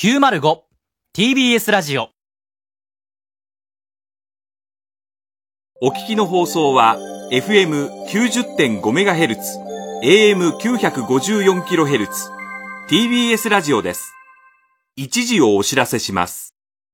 FM905TBS ラジオ。 お聞きの放送は FM90.5MHz、AM954kHz、TBS ラジオです。一時をお知らせします。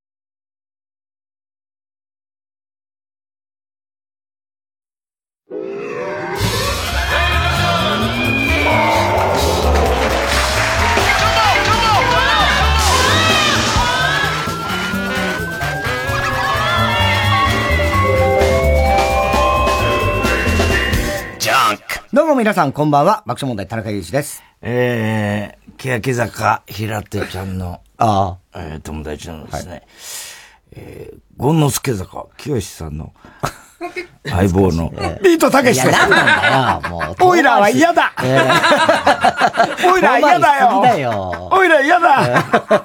どうも皆さんこんばんは、爆笑問題田中裕二です。 欅坂平手ちゃんの友達のですね、権之助坂清さんの相棒のビートたけしです。いや、なんだよ、もう。オイラは嫌だ。オイラ嫌だよ。オイラ嫌だ。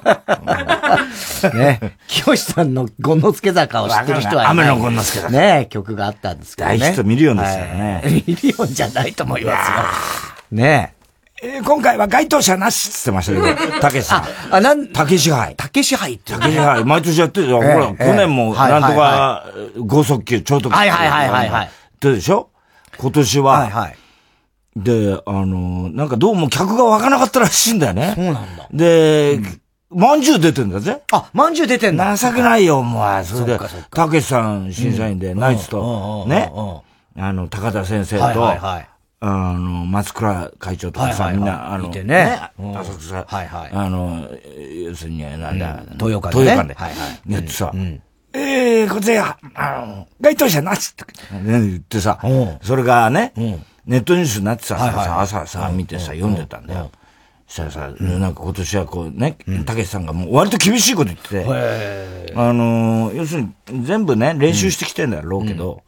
ね、清さんの権之助坂を知ってる人は、 雨の権之助坂。 ね、曲があったんですけどね。 大ヒットミリオンですよね。 ミリオンじゃないと思いますよ。ね今回は該当者なしって言ってましたけど、たけしさん。たけし杯。 たけし杯って。 たけし杯。毎年やってるよ。ほら、去年もなんとか、剛速球、超特急。 はい。 でしょ今年は。で、なんかどうも客が湧かなかったらしいんだよね。 そうなんだ。 で、まんじゅう出てんだぜ。 まんじゅう出てんだ。 情けないよ、もう。それで、たけしさん審査員で、ナイツと、ね。高田先生と、松倉会長とかさ、みんな、 いてね。 浅草、要するに、なんだ、 東洋館で。 やってさ、こちら、該当者なしって言ってさ、それがね、ネットニュースになってさ、朝さ、見てさ、読んでたんだよ。そしたらさ、なんか今年はこうね、たけしさんがもう割と厳しいこと言ってて、要するに全部ね、練習してきてんだろうけど、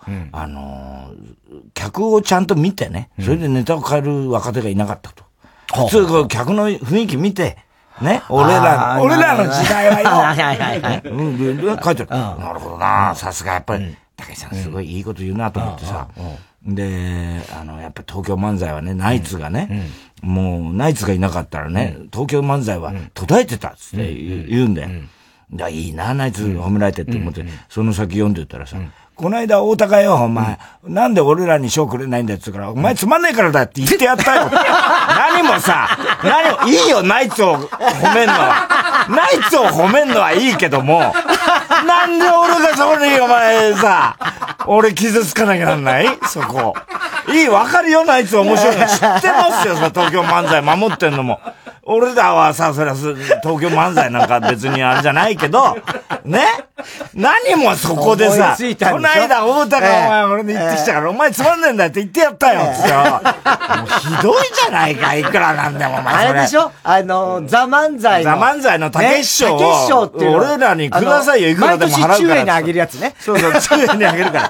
客をちゃんと見てね、それでネタを変える若手がいなかったと。普通こう客の雰囲気見て、ね、俺らの時代はよ。書いてある。なるほどな、さすがやっぱり、たけしさんすごいいいこと言うなと思ってさ。で、やっぱ東京漫才はね、ナイツがね、もうナイツがいなかったらね、東京漫才は途絶えてたっつって言うんだよ。いいな、ナイツ褒められてって思って、その先読んでたらさ、この間大高よ、お前、なんで俺らに賞くれないんだって言うから、お前つまんねえからだって言ってやったよ。何もさ、いいよ、ナイツを褒めんのは。ナイツを褒めんのはいいけども、なんで俺がそこにお前さ、俺傷つかなきゃなんないそこ。わかるよ、ナイツ面白いの知ってますよ、東京漫才守ってんのも。俺らはさ、そりゃ東京漫才なんか別にあれじゃないけど、ね何もそこでさ、この間大高お前俺に言ってきたから、お前つまんねえんだって言ってやったよ、つってもうひどいじゃないか、いくらなんでもお前それ。 あれでしょザ・漫才のたけし賞を、俺らにくださいよ、いくらでも払うから。 毎年10円にあげるやつね。 そう、10円にあげるから。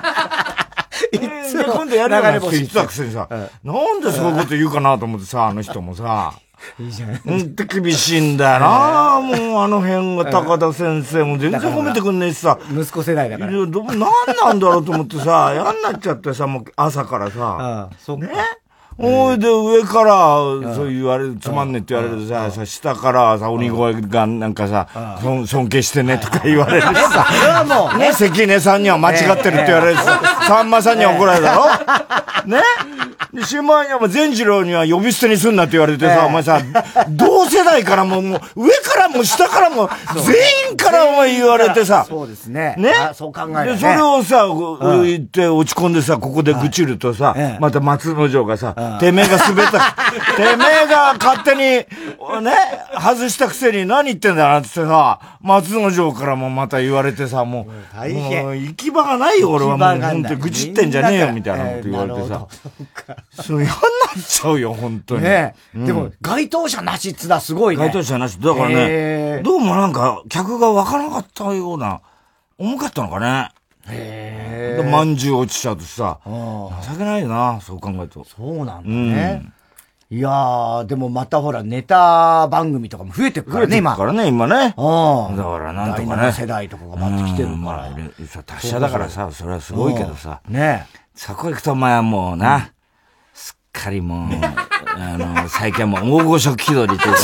今度やるよって言ってたくせにさ、なんでそういうこと言うかなと思ってさ、あの人もさ。 いいじゃん。 ほんと厳しいんだよな。もうあの辺が高田先生も全然褒めてくんねえしさ。 息子世代だから。 なんなんだろうと思ってさ、嫌になっちゃってさ、もう朝からさ。ねおいで上から、そう言われる、つまんねえって言われるさ、下からさ、鬼越がなんかさ、尊敬してねとか言われるしさ。 それはもうね、関根さんには間違ってるって言われるしさ、さんまさんには怒られるだろねで、シューマイには善次郎には呼び捨てにすんなって言われてさ、お前さ、同世代からも、上からも下からも、全員からお前言われてさ。 そうですね。 ねそう考えるで、それをさ、言って落ち込んでさ、ここで愚痴るとさ、また松之丞がさ、てめえが滑った、てめえが勝手に、ね、外したくせに何言ってんだなってさ、松之丞からもまた言われてさ、もう、行き場がないよ、俺はもう、ほんと愚痴ってんじゃねえよ、みたいなこと言われてさ。そう、嫌になっちゃうよ、ほんとに。 ねでも、該当者なしっつだ、すごいね。 該当者なし。だからね、どうもなんか、客がわからなかったような、重かったのかね。まんじゅう落ちちゃうとさ、情けないよな、そう考えると。 そうなんだね。いやー、でもまたほら、ネタ番組とかも増えてくからね、今。 増えてくからね、今ね。だからなんとかね。 第7世代とかが待ってきてるから。 達者だからさ、それはすごいけどさ。 ねそこ行くとお前はもうな、すっかりもう、最近はもう大御所気取りというか、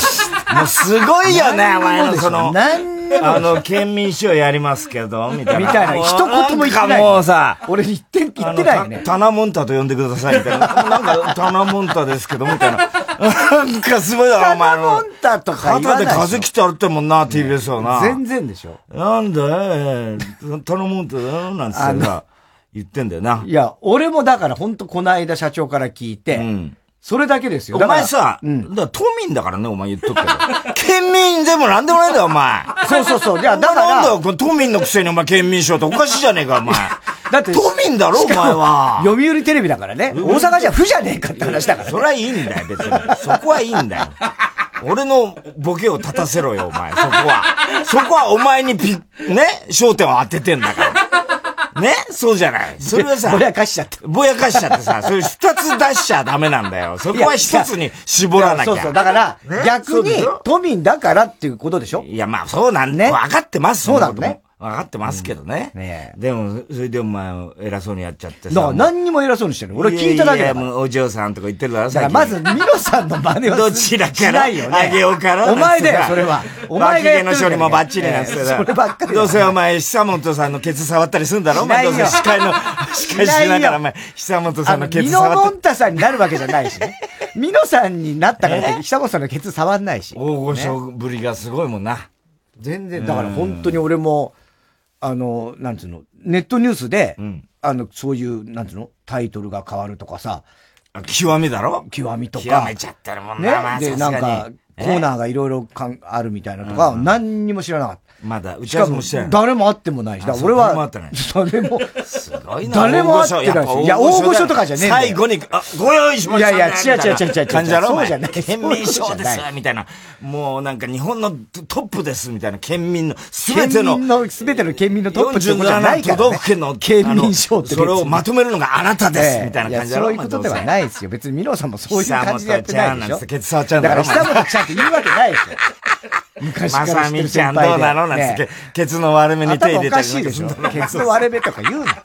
もうすごいよね、お前のその、 県民賞やりますけど、みたいな。 みたいな、一言も言ってない。 もうさ、 俺言ってないよね。 タナモンタと呼んでください、みたいな。なんか、タナモンタですけど、みたいな。なんかすごいだろ、お前の。 タナモンタとか言わない。 肩で風来て歩ってもんな、TBS はな。 全然でしょ。 なんだタナモンタだよ、なんつってさ、言ってんだよな。 いや、俺もだからほんとこの間社長から聞いて、それだけですよ。 お前さ、都民だからね、お前言っとくけど。県民でもなんでもないんだよ、お前。 そう。いや、だから。 なんだよ、都民のくせにお前県民賞っておかしいじゃねえか、お前。だって、都民だろ、お前は。 読売テレビだからね。大阪じゃ府じゃねえかって話だから、 それはいいんだよ、別に。そこはいいんだよ。俺のボケを立たせろよ、お前。そこは。そこはお前に焦点を当ててんだから。ね、そうじゃない。それはさ、 ぼやかしちゃってさ、それ二つ出しちゃダメなんだよ。そこは一つに絞らなきゃ。 そう。だから、逆に、都民だからっていうことでしょ？ いや、まあ、そうなんね。分かってます。 そうだね。 分かってますけどね。でも、それでお前、偉そうにやっちゃってさ。 だから何にも偉そうにしてる。俺聞いただけだから。 もうお嬢さんとか言ってるだろ、 だからまず、ミノさんの真似はどちらからあげようから。 お前だよ、それは。お前がやってる。 脇毛の処理もバッチリなんつってそればっかり。 どうせお前、久本さんのケツ触ったりするんだろお前どうせ司会しながらお前、久本さんのケツ触ったり。 ミノモンタさんになるわけじゃないしね。ミノさんになったからって、久本さんのケツ触んないし。 大御所ぶりがすごいもんな。 全然、だから本当に俺も、なんつうの、ネットニュースで、そういう、なんつうの、タイトルが変わるとかさ。 極みだろ？ 極みとか。 極めちゃってるもんな、 ね。で、なんか、コーナーがいろいろあるみたいなとか、何にも知らなかった。 まだ、打ち合わせもしてない。 誰も会ってもないし。俺は、 誰も会ってない。 誰も、 すごいな。 誰も会ってないし。いや、大御所とかじゃねえんだよ。 最後に、ご用意しました。 いや、違う。 感じだろ？ そうじゃない。 県民賞です、みたいな。もうなんか日本のトップです、みたいな。県民の、すべての県民のトップってことじゃないから。 47都道府県の県民賞ってそれをまとめるのがあなたです、みたいな感じだろ？ そういうことではないですよ。別にミノさんもそういう感じでやってないでしょ。 ケツ触っちゃうんだから久本ちゃんって言うわけないでしょ。昔から知ってる先輩で。まさみちゃんどうなのなんつって、ケツの割れ目に手入れたりなんかするんだろ。 ケツの割れ目とか言うな。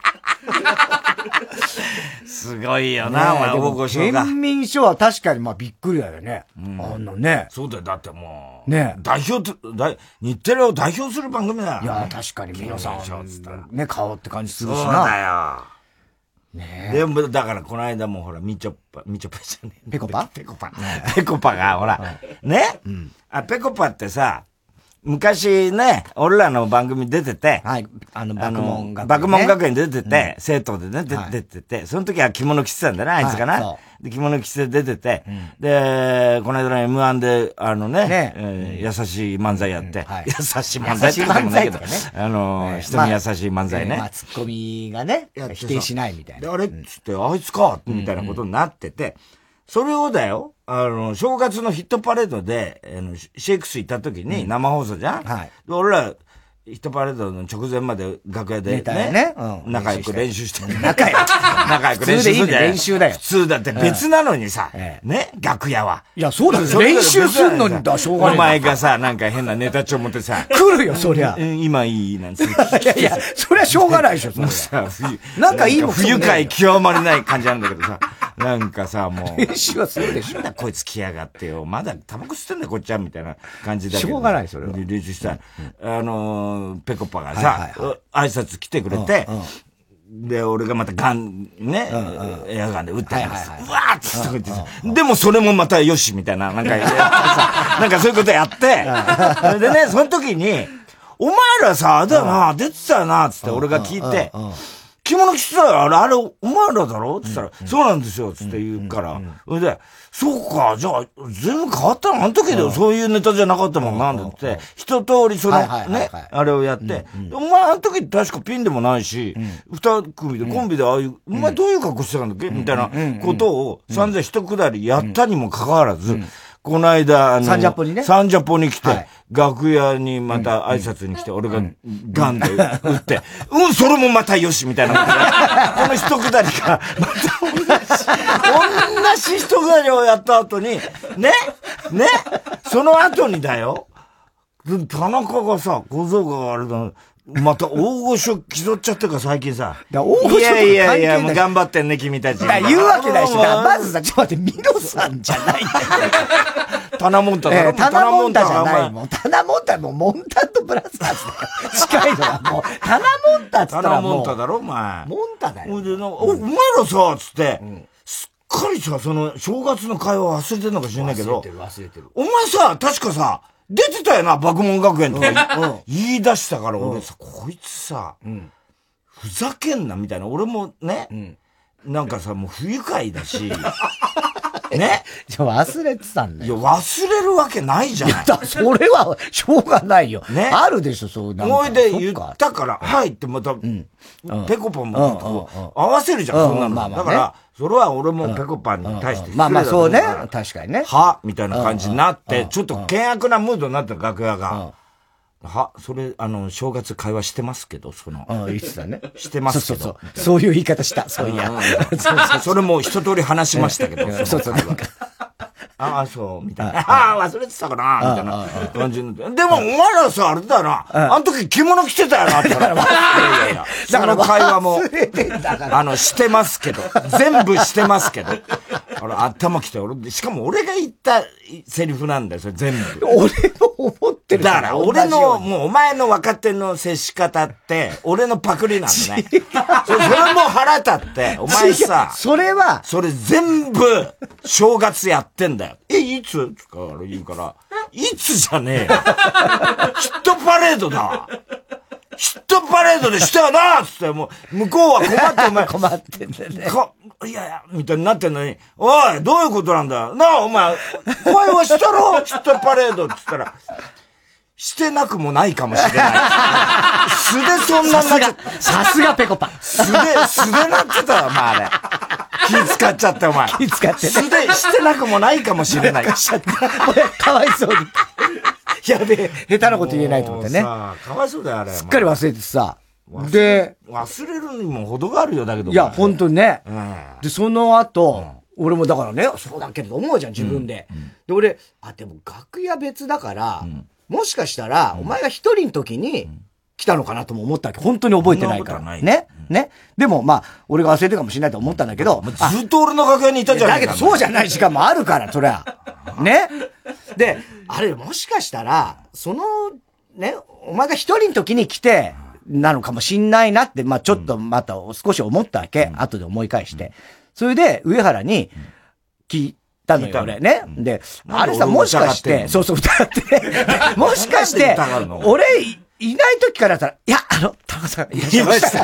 すごいよな、お前、大御所が。 県民賞は確かに、まあ、びっくりだよね。あんなね。 そうだよ、だってもう。 ね。 日テレを代表する番組だよ。 いや、確かに皆さん、ね、顔って感じするしな。 そうだよ。ねでも、だから、この間もほら、みちょぱじゃねえ。 ペコパが、ほら、ね。ペコパってさ、昔ね、俺らの番組出てて、 はい、 爆問学園出てて、生徒でね、出てて、その時は着物着てたんだね、あいつかな。で、着物着て出てて、で、この間の M1 で、優しい漫才やって、優しい漫才って言ってもないけど、人に優しい漫才ね。 ツッコミがね、否定しないみたいな。 で、あれっつって、あいつかみたいなことになってて、それをだよ、正月のヒットパレードで、シェイクス行った時に生放送じゃん？はい。で、俺ら、ヒットパレードの直前まで楽屋でね、仲良く練習して仲良く練習するんだよ。練習だよ。 普通だって別なのにさ、ね、楽屋は。 いや、そうだよ。練習すんのにだ、しょうがない。 お前がさ、なんか変なネタ帳持ってさ、 来るよ、そりゃ。 今いい、なんつって。 いや、そりゃしょうがないでしょ、それさ、 なんかいいもん。 不愉快極まりない感じなんだけどさ、なんかさ、もう。 練習はするでしょ。 なんだこいつ来やがってよ。まだタバコ吸ってんだよ、こっちは、みたいな感じだけど。 しょうがない、それは。 練習したら、ペコパがさ、挨拶来てくれて、で、俺がまたガン、ね、エアガンで撃ってやる。うわーって言って、でもそれもまたよし、みたいな、なんかそういうことやって、でね、その時に、お前らさ、あれだよな、出てたよな、つって俺が聞いて、着物着てたよ、あれ、お前らだろって言ったら、そうなんですよ、つって言うから。それで、そうか、じゃあ、全部変わったのあの時でそういうネタじゃなかったもんなんだって、一通りその、ね、あれをやって、お前あの時確かピンでもないし、二組でコンビでああいう、お前どういう格好してたんだっけみたいなことを、散々一くだりやったにもかかわらず、この間、 サンジャポにね。 サンジャポに来て、楽屋にまた挨拶に来て、俺がガンで撃って、それもまたよしみたいなことで、この一くだりが、また同じ一くだりをやった後に、ね、その後にだよ、田中がさ、小僧があれだ、 また大御所競っちゃってるから最近さ。 大御所とか関係ない。 いやいや、もう頑張ってんね、君たち。 言うわけないし、まずさ、ちょっと待って、ミロさんじゃないんだよ。 タナモンタだろ。 タナモンタじゃないもん。タナモンタはもうモンタとブラザーズだよ。近いのはもう、タナモンタっつったらもう。タナモンタだろ、お前。 モンタだよ。 お前らさ、つって、すっかりさ、その、正月の会話忘れてるのか知らないけど。 忘れてる。 お前さ、確かさ、出てたよな、爆問学園とか言い出したから、俺さ、こいつさ、ふざけんな、みたいな。俺もね、なんかさ、もう不愉快だし、ね。 忘れてたんだよ。 いや、忘れるわけないじゃない。 それは、しょうがないよ。ね。あるでしょ、そうなんか。 思いで言ったから、はいってまた、ペコパンも合わせるじゃん、そんなの。だから、それは俺もペコパンに対してまあそうね。確かにね。 はみたいな感じになって、ちょっと険悪なムードになった楽屋が。それ、正月会話してますけど、 言ってたね。 してますけど。 そういう言い方した、そういや。 それも一通り話しましたけど、 そう。 ああ、そう、みたいな。ああ、忘れてたかな、みたいな感じになって。でも、お前らさ、あれだよな。あの時着物着てたよな、って言ったら。いやいや、その会話も、してますけど。全部してますけど。頭きて、しかも俺が言ったセリフなんだよ、それ全部。 俺の思ってるだから、俺の、もうお前の若手の接し方って、俺のパクリなんだね。それも腹立って、お前さ、 それ全部、正月やってんだよ。いつとか言うから、いつじゃねえよ。ヒットパレードだ。ヒットパレードでしたよなつって、もう、向こうは困ってお前。 困ってんだね。 いやいや、みたいになってんのに、おい、どういうことなんだなあ、お前、声はしたろヒットパレードって言ったら、してなくもないかもしれない。素でそんなになっちゃった。 さすがペコパ。 素でなってたよ、お前あれ。気使っちゃって、お前。 気使ってね。 素でしてなくもないかもしれない。 俺、かわいそうに。やべえ、下手なこと言えないと思ってね。 かわいそうだよ、あれ。 すっかり忘れてさ。で、 忘れるにも程があるよ、だけど。 いや、ほんとね。で、その後、俺もだからね、そうだけど思うじゃん、自分で。で、俺、でも楽屋別だから、もしかしたら、お前が一人の時に来たのかなとも思ったわけ。本当に覚えてないから。ね。でも、まあ、俺が忘れてるかもしれないと思ったんだけど。 ずっと俺の楽屋にいたじゃないだけど、そうじゃない時間もあるから、そりゃ。ね。で、あれ、もしかしたら、ね、お前が一人の時に来て、なのかもしんないなって、まあちょっとまた少し思ったわけ。後で思い返して。それで、上原に聞いたのよ、俺ね。で、あれさ、もしかして、そう、疑ってね。もしかして、俺、いない時からさ、いや、田中さん、いらっしゃいました。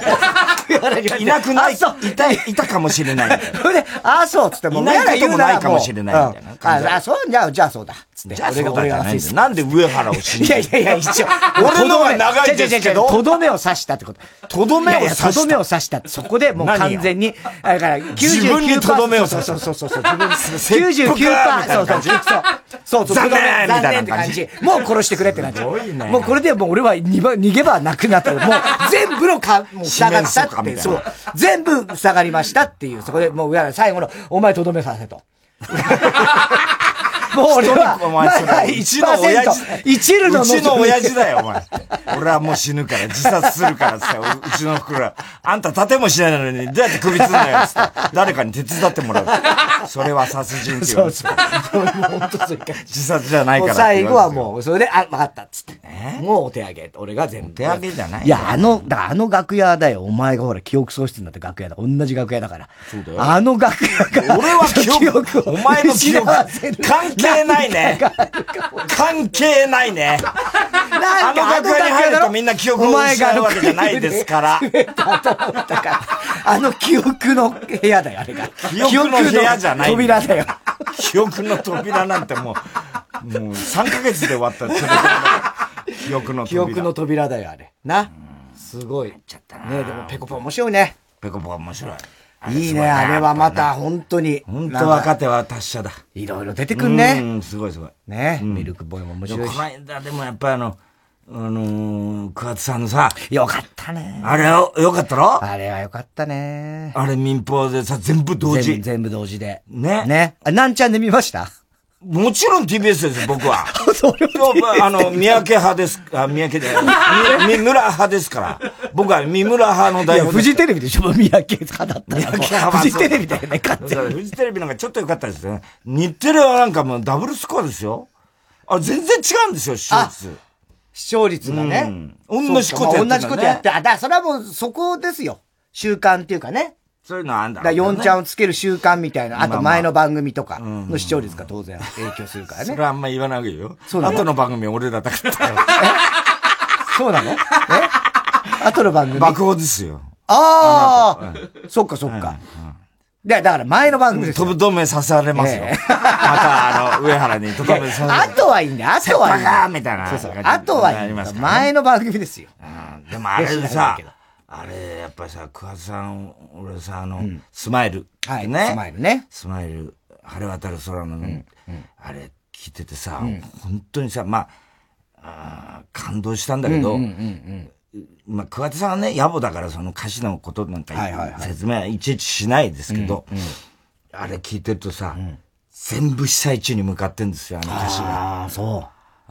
いなくない、いたかもしれない。 それで、そうつって、もう、 いないこともないかもしれないみたいな感じ。じゃあそうだ。つって。 じゃあ俺がなんで上原を信じるいや、一応。 俺のは長いですけど。 とどめを刺したってこと。 とどめを刺した。 とどめを刺したって、そこでもう完全に、だから、 自分にとどめを刺した。そう。99%、そう。 残念みたいな感じ。もう殺してくれってなっちゃう。もうこれでもう俺は逃げ場なくなった。もう全部のもう塞がったって。そう。全部塞がりましたっていう。そこでもう最後の、お前とどめさせと。もう俺は、まだ 1%、一縷のうちの親父だよ、お前。俺はもう死ぬから、自殺するからってうちの袋は、あんた立てもしないのに、どうやって首つんのよって誰かに手伝ってもらう。それは殺人って言われて。自殺じゃないから。 最後はもう、それで、わかったっつって。もうお手上げ。俺が全部。 手上げじゃないいや、楽屋だよ。お前がほら、記憶喪失になった楽屋だ。同じ楽屋だから。 そうだよ。 楽屋が。 俺は記憶、お前の記憶、関係ないね。関係ないね。楽屋に入るとみんな記憶を失うわけじゃないですから。 記憶の部屋だよ、あれが。 記憶の部屋じゃない。 扉だよ。 記憶の扉なんてもう3ヶ月で終わった記憶の扉。 記憶の扉だよ、あれ。な。すごい。ねでもペコパ面白いね。 ペコパ面白い。 いいね、あれはまた本当に。 本当若手は達者だ。 いろいろ出てくんね。 すごいすごい。 ね、ミルクボーイも面白いし。 この間でもやっぱり桑田さんのさ。 よかったね。 あれよかったろ？ あれはよかったね。 あれ民放でさ、全部同時。 全部同時で。 ね。 ね。なんちゃんで見ました？ もちろん TBS です、僕は。 それは三宅派です。三宅で、三村派ですから。僕は三村派の代表です。 フジテレビでしょ、三宅派だったら。 三宅派フジテレビだよね、勝手に。 フジテレビなんかちょっと良かったですね。日テレはなんかもうダブルスコアですよ。全然違うんですよ、視聴率。 視聴率がね。 同じことやってる、 同じことやって。だからそれはもうそこですよ。習慣っていうかね。 そういうのはあんだろうね。だから4ちゃんをつける習慣みたいな。あと前の番組とかの視聴率が当然影響するからね。 それはあんま言わないわけよ。後の番組は俺らだからよ。 そうなの？後の番組爆砲ですよ。 ああ、そっかそっか。だから前の番組ですよ。 飛ぶ止めさせられますよ。また上原にとどめさせられる。後はいいんだ、後はいいんだ。 みたいな。 そうそう。後はいいんだ。前の番組ですよ。 でもあれさ、あれ、やっぱりさ、桑田さん、俺さ、スマイル。 はいね。スマイルね。 スマイル、晴れ渡る空の、あれ聞いててさ、本当にさ、まあ、感動したんだけど、まあ、桑田さんはね、野暮だからその歌詞のことなんか説明はいちいちしないですけど、あれ聞いてるとさ、全部被災地に向かってんですよ、あの歌詞が。 ああ、そう。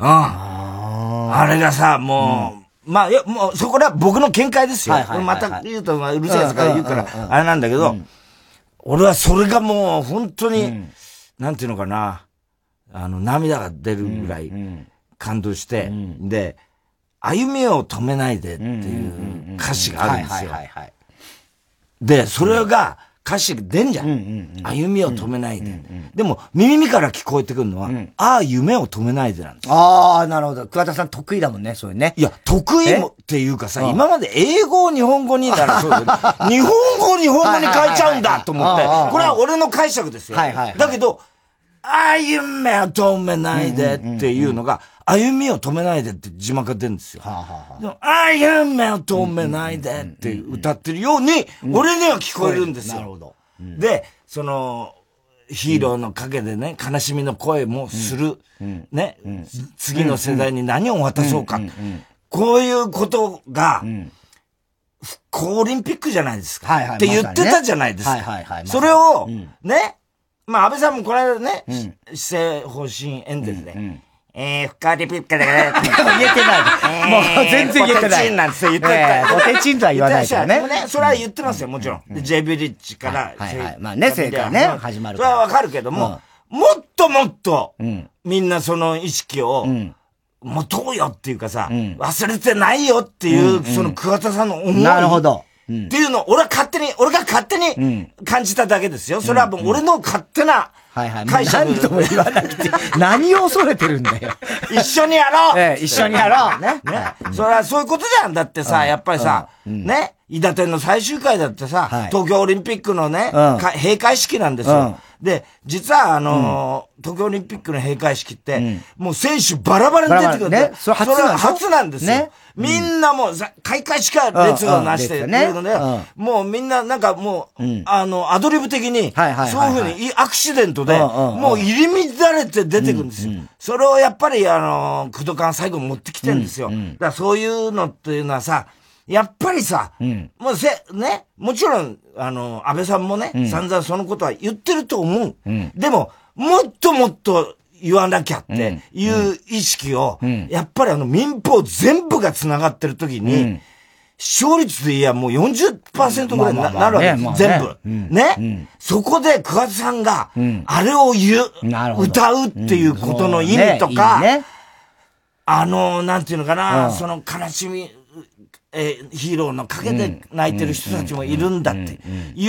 あれがさ、もう、まあ、もう、そこら僕の見解ですよ。また言うと、うるさいやつから言うから、あれなんだけど、俺はそれがもう、本当に、なんていうのかな、涙が出るぐらい感動して、で、歩みを止めないでっていう歌詞があるんですよ。で、それが、歌詞が出んじゃん。歩みを止めないで。でも、耳から聞こえてくるのは、ああ、夢を止めないでなんですよ。 ああ、なるほど。桑田さん得意だもんね、そういうね。 いや、得意もっていうかさ、今まで英語を日本語にならそうだけど、日本語を日本語に変えちゃうんだと思って、これは俺の解釈ですよ。だけど、ああ、夢を止めないでっていうのが、歩みを止めないでって字幕が出るんですよ。ああ、夢を止めないでって歌ってるように、俺には聞こえるんですよ。 なるほど。 で、その、ヒーローの陰でね、悲しみの声もする。ね、次の世代に何を渡そうか。こういうことが、復興オリンピックじゃないですか。って言ってたじゃないですか。それを、ね、まあ、安倍さんもこの間ね、施政方針演説で、復興オリンピックだから言えてない。もう全然言えてない。 ポテチンなんて言ってた。 ポテチンとは言わないからね。 それは言ってますよ、もちろん。で、J ビリッジから、 まあね、正解ね、始まるから。それはわかるけども、もっともっと、みんなその意識を、持とうよっていうかさ、忘れてないよっていう、その桑田さんの思い。 なるほど。 っていうのを、俺が勝手に感じただけですよ。それはもう俺の勝手な解釈。 何とも言わなくて、何を恐れてるんだよ。 一緒にやろう一緒にやろうね。 それはそういうことじゃん。だってさ、やっぱりさ、ね、伊達天の最終回だってさ、東京オリンピックのね、閉会式なんですよ。で、実は東京オリンピックの閉会式って、もう選手バラバラに出てくるんだよ。それは初なんですよ。みんなもう、開会式は列をなしてるので、もうみんななんかもう、アドリブ的に、そういうふうにアクシデントで、もう入り乱れて出てくるんですよ。それをやっぱり、工藤館最後持ってきてるんですよ。だからそういうのっていうのはさ、やっぱりさ、もうね、もちろん、安倍さんもね、散々そのことは言ってると思う。でも、もっともっと言わなきゃっていう意識を、やっぱり民放全部が繋がってる時に、視聴率でいやもう 40% ぐらいになるわけです。全部。ね。そこで桑田さんが、あれを歌うっていうことの意味とか、なんていうのかな、その悲しみ、ヒーローの陰で泣いてる人たちもいるんだっていう、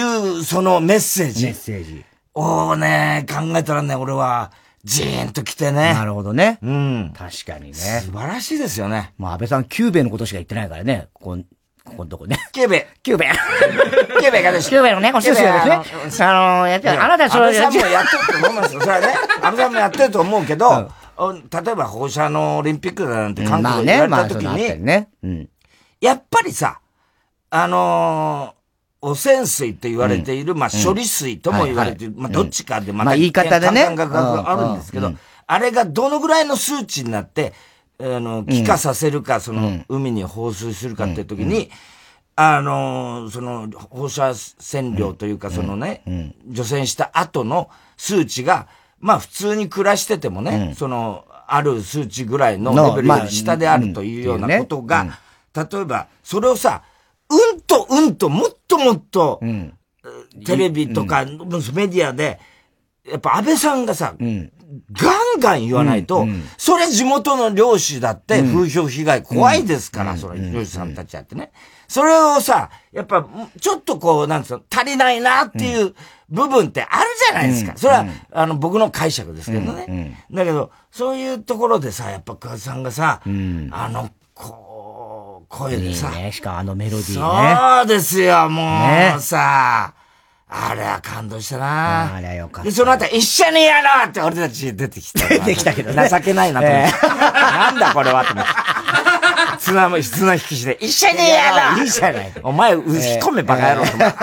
そのメッセージをね、考えたらね、俺は、ジーンと来てね。 なるほどね。 確かにね。 素晴らしいですよね。 まあ、安倍さん、キューベのことしか言ってないからね。ここのとこね。 キューベがです。 キューベのね、お寿司がですね。やってあなたそれ安倍さんもやってると思いますよ。それはね、安倍さんもやってると思うけど、例えば放射能オリンピックだなんて韓国で言われた時に、やっぱりさ、汚染水と言われている、まあ、処理水とも言われている、まあ、どっちかでまた言い方でね、 感覚があるんですけど、あれがどのぐらいの数値になって、気化させるか、その、海に放水するかっていう時に、その、放射線量というか、そのね、除染した後の数値が、 まあ普通に暮らしててもね、ある数値ぐらいのレベルより下であるというようなことが、例えば、それをさ、もっともっと、テレビとかメディアで、やっぱ安倍さんがさ、ガンガン言わないと、それ地元の漁師だって風評被害怖いですから、それ漁師さんたちやってね。それをさ、やっぱちょっとこう、なんつうの、足りないなっていう部分ってあるじゃないですか。それは、僕の解釈ですけどね。だけど、そういうところでさ、やっぱ桑田さんがさ、声でさ。 いいね、しかもメロディーね。 そうですよ、もうさ。あれは感動したな。 あれはよかった。 で、その後、一緒にやろうって俺たち出てきた。 出てきたけどね。 情けないなと思って。なんだこれはと思って。綱引きして、一緒にやろういいじゃない。 お前、引っ込めバカ野郎と思って。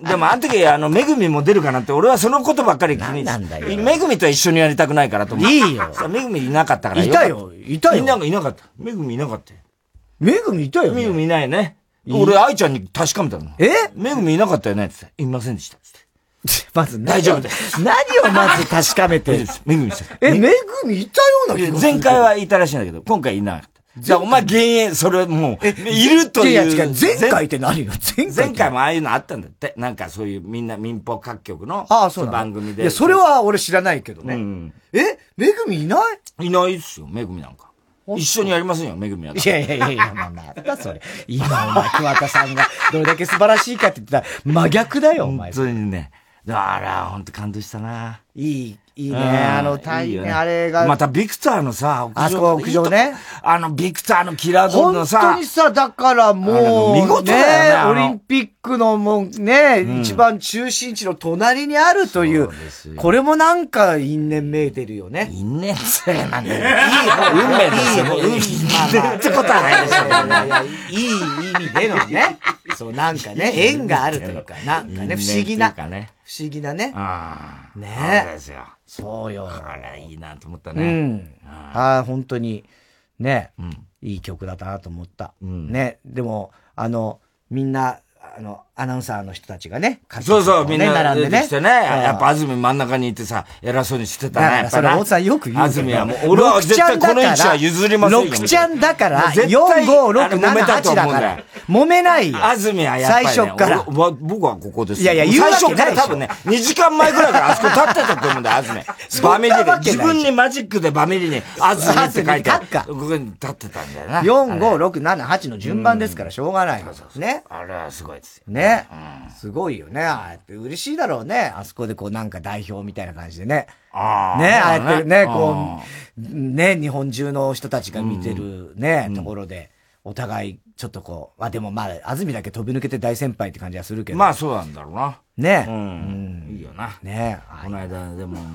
でも、あの時、めぐみも出るかなって、俺はそのことばっかり気になんだよ。 めぐみと一緒にやりたくないからと思って。 いいよ。 めぐみいなかったからいたよ。 いなかった。めぐみいなかったよ。 めぐみいたよ。 めぐみいないね。俺、愛ちゃんに確かめたの。めぐみいなかったよねって言って。いませんでした。 まず、 大丈夫です。 何をまず確かめて。 めぐみさん。 めぐみいたような気がする。 前回はいたらしいんだけど、今回いなかった。じゃあ、お前幻影、それもう、いるという。 いや違う、前回って何よ前回もああいうのあったんだって。なんかそういうみんな民放各局の番組で。 いや、それは俺知らないけどね。めぐみいないいないっすよ、めぐみなんか。一緒にやりませんよ、めぐみは。 いや、またそれ。今お前、桑田さんがどれだけ素晴らしいかって言ったら真逆だよ、お前。 本当にね。あら、ほんと感動したな。 いいね。大変、あれが。 また、ビクターのさ、 あそこ屋上ね。 ビクターのキラードルのさ。 本当にさ、だからもう、 見事だよね。 オリンピックのもうね、一番中心地の隣にあるという、これもなんか因縁めいてるよね。 因縁性なんだよ。運命ですよ。運命ってことはないでしょ。 いい意味でのね。そう、なんかね、縁があるというか、なんかね、不思議な。不思議なね。ねそうですよ。 そうよ。 あら、いいなと思ったね。 本当に、ね、いい曲だったなと思った。ね、でも、みんな、アナウンサーの人たちがね、 そう、みんな出てきてね。やっぱ安住真ん中にいてさ、偉そうにしてたね。 それ、大津さんよく言う。 安住はもう、俺は絶対この位置は譲りませんよ。 6ちゃんだから、4、5、6、7、8だから。揉めないよ。 安住はやっぱり、 最初から。 僕はここです。 いや、言うわけない。 最初から多分ね、2時間前ぐらいからあそこ立ってたと思うんだよ、安住。バミリで。自分にマジックでバミリに、安住って書いて、ここに立ってたんだよな。 4、5、6、7、8の順番ですから、しょうがない。ね。 あれはすごいですよ。 ね。すごいよね。ああやって嬉しいだろうね。あそこでこうなんか代表みたいな感じでね。ね、ああやってね、こう、ね、日本中の人たちが見てるね、ところで、お互いちょっとこう、でも安住だけ飛び抜けて大先輩って感じはするけど。 まあそうなんだろうな。 ね。 いいよな。 ね。 この間、でも、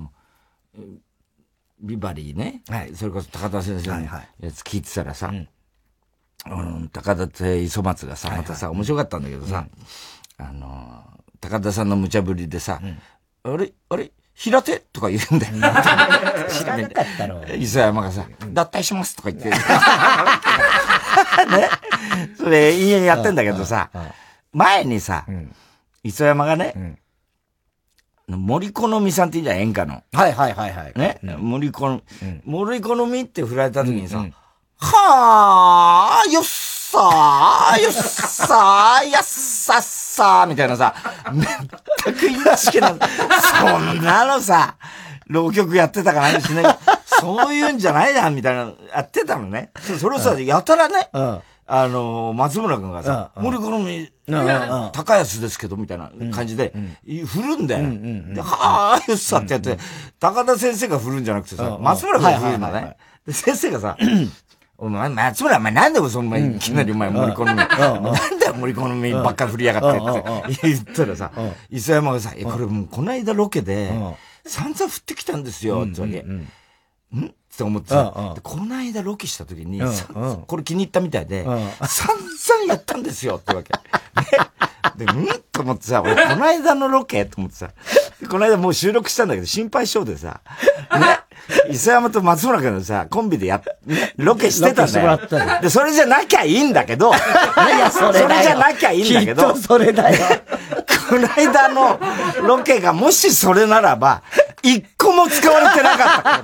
ビバリーね。それこそ高田先生のやつ聞いてたらさ、高田って磯松がさ、またさ、面白かったんだけどさ、高田さんの無茶ぶりでさ、あれ平手とか言うんだよ。 知らなかったろ。 磯山がさ、脱退しますとか言って。ね。それ、家にやってんだけどさ、前にさ、磯山がね、森好みさんって言うんじゃん、演歌の。ね。森好みって振られた時にさ、はあ、よっさー、よっさー、やっさっさー、みたいなさ、全くいいしけな、そんなのさ、浪曲やってたかなんかしない。そういうんじゃないじゃん、みたいな、やってたのね。それをさ、やたらね、松村君がさ、森好み、高安ですけど、みたいな感じで、振るんだよ。で、はあ、よっさってやって、高田先生が振るんじゃなくてさ、松村君が振るんだね。で、先生がさ、松村、お前なんでそんないきなりお前森好み、なんだよ森好みばっか振りやがってって言ったらさ、磯山がさ、これもうこの間ロケで、散々振ってきたんですよ、ってわけ。って思ってさ、この間ロケした時に、これ気に入ったみたいで、散々やったんですよ、ってわけ。で、と思ってさ、俺この間のロケと思ってさ、この間もう収録したんだけど、心配性でさ、ね。磯山と松村君のさ、コンビでロケしてたんだよ。で、それじゃなきゃいいんだけど、いや、それじゃなきゃいいんだけど、 きっとそれだよ。 この間のロケがもしそれならば、 一個も使われてなかった。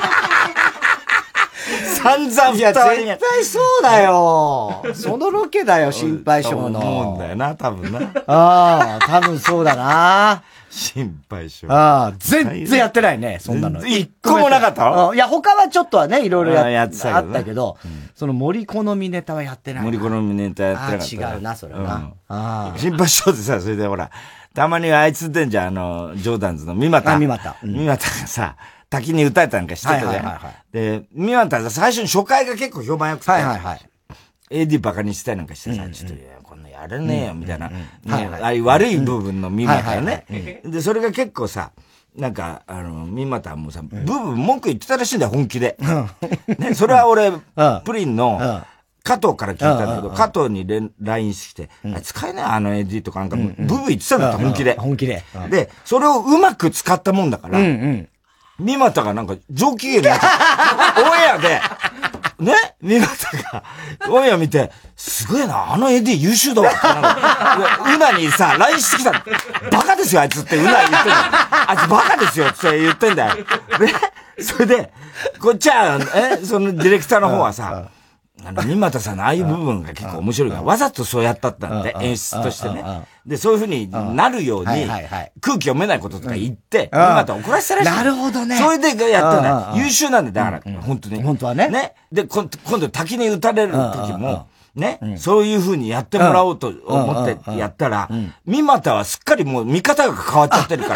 散々 いや、絶対そうだよ。そのロケだよ、心配性の。 思うんだよな、多分な。 ああ、多分そうだな。 心配性。 ああ、全然やってないね、そんなの。 一個もなかったの？ いや、他はちょっとはね、いろいろやってたけど、ね、 あったけど、その森好みネタはやってない。 森好みネタやってなかった。 違うな、それはな。 心配性でさ、それでほら、たまにあいつでんじゃん、ジョーダンズの三股。 三股。 三股がさ、滝に歌えたなんかしてたじゃん。で、三股が最初に初回が結構評判良くて。AD バカにしたりなんかしてさ、ちょっと、こんなやれねえよ、みたいな。ああいう悪い部分の三股ね。で、それが結構さ、なんか、三股もさ、文句言ってたらしいんだよ、本気で。ね、それは俺、プリンの、加藤から聞いたんだけど、加藤にLINE してきて、使えないAD とかなんか、言ってたんだって、本気で。 本気で。 で、それをうまく使ったもんだから、三股がなんか上機嫌になって、オンエアで、ね三股が、オンエア見て、すごいな、AD 優秀だわって。うなにさ、LINE してきた。バカですよ、あいつって、うな言ってんだよ。あいつバカですよって言ってんだよ。ねそれで、こっちは、そのディレクターの方はさ、三股さんのああいう部分が結構面白いから、わざとそうやったんで、演出としてね。で、そういう風になるように、空気読めないこととか言って、三股怒らせたらしい。 なるほどね。 それでやったの優秀なんだよ、だから、本当に。 本当はね。 ね。で、今度滝に打たれる時も、ね、そういう風にやってもらおうと思ってやったら、三股はすっかりもう見方が変わっちゃってるから、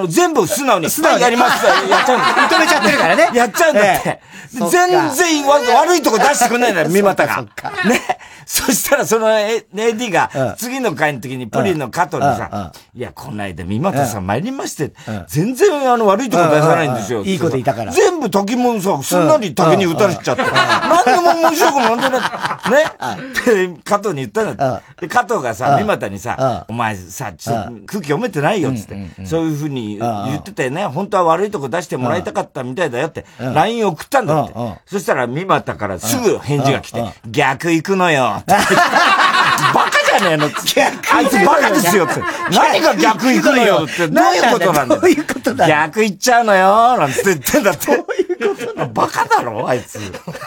全部素直にやりますってやっちゃうんだ。 認めちゃってるからね。 やっちゃうんだって。全然悪いとこ出してくんないんだよ、三股が。ね。そしたらその AD が、次の回の時にプリンの加藤にさ、いや、こないだ三股さん参りまして、全然悪いとこ出さないんですよ。 いいこと言ったから。 全部滝もさ、すんなり滝に打たれちゃって。何でも面白くなんでない。ね。で、加藤に言ったんだって。で、加藤がさ、三股にさ、お前さ、ちょっと空気読めてないよ、つって。そういうふうに言っててね、本当は悪いとこ出してもらいたかったみたいだよって、LINE 送ったんだって。そしたら三股からすぐ返事が来て、逆行くのよ。バカじゃねえのって。あいつバカですよって。何が逆行くのよって。どういうことなんだよ。逆行っちゃうのよなんて言ってんだって。どういうことバカだろあいつ。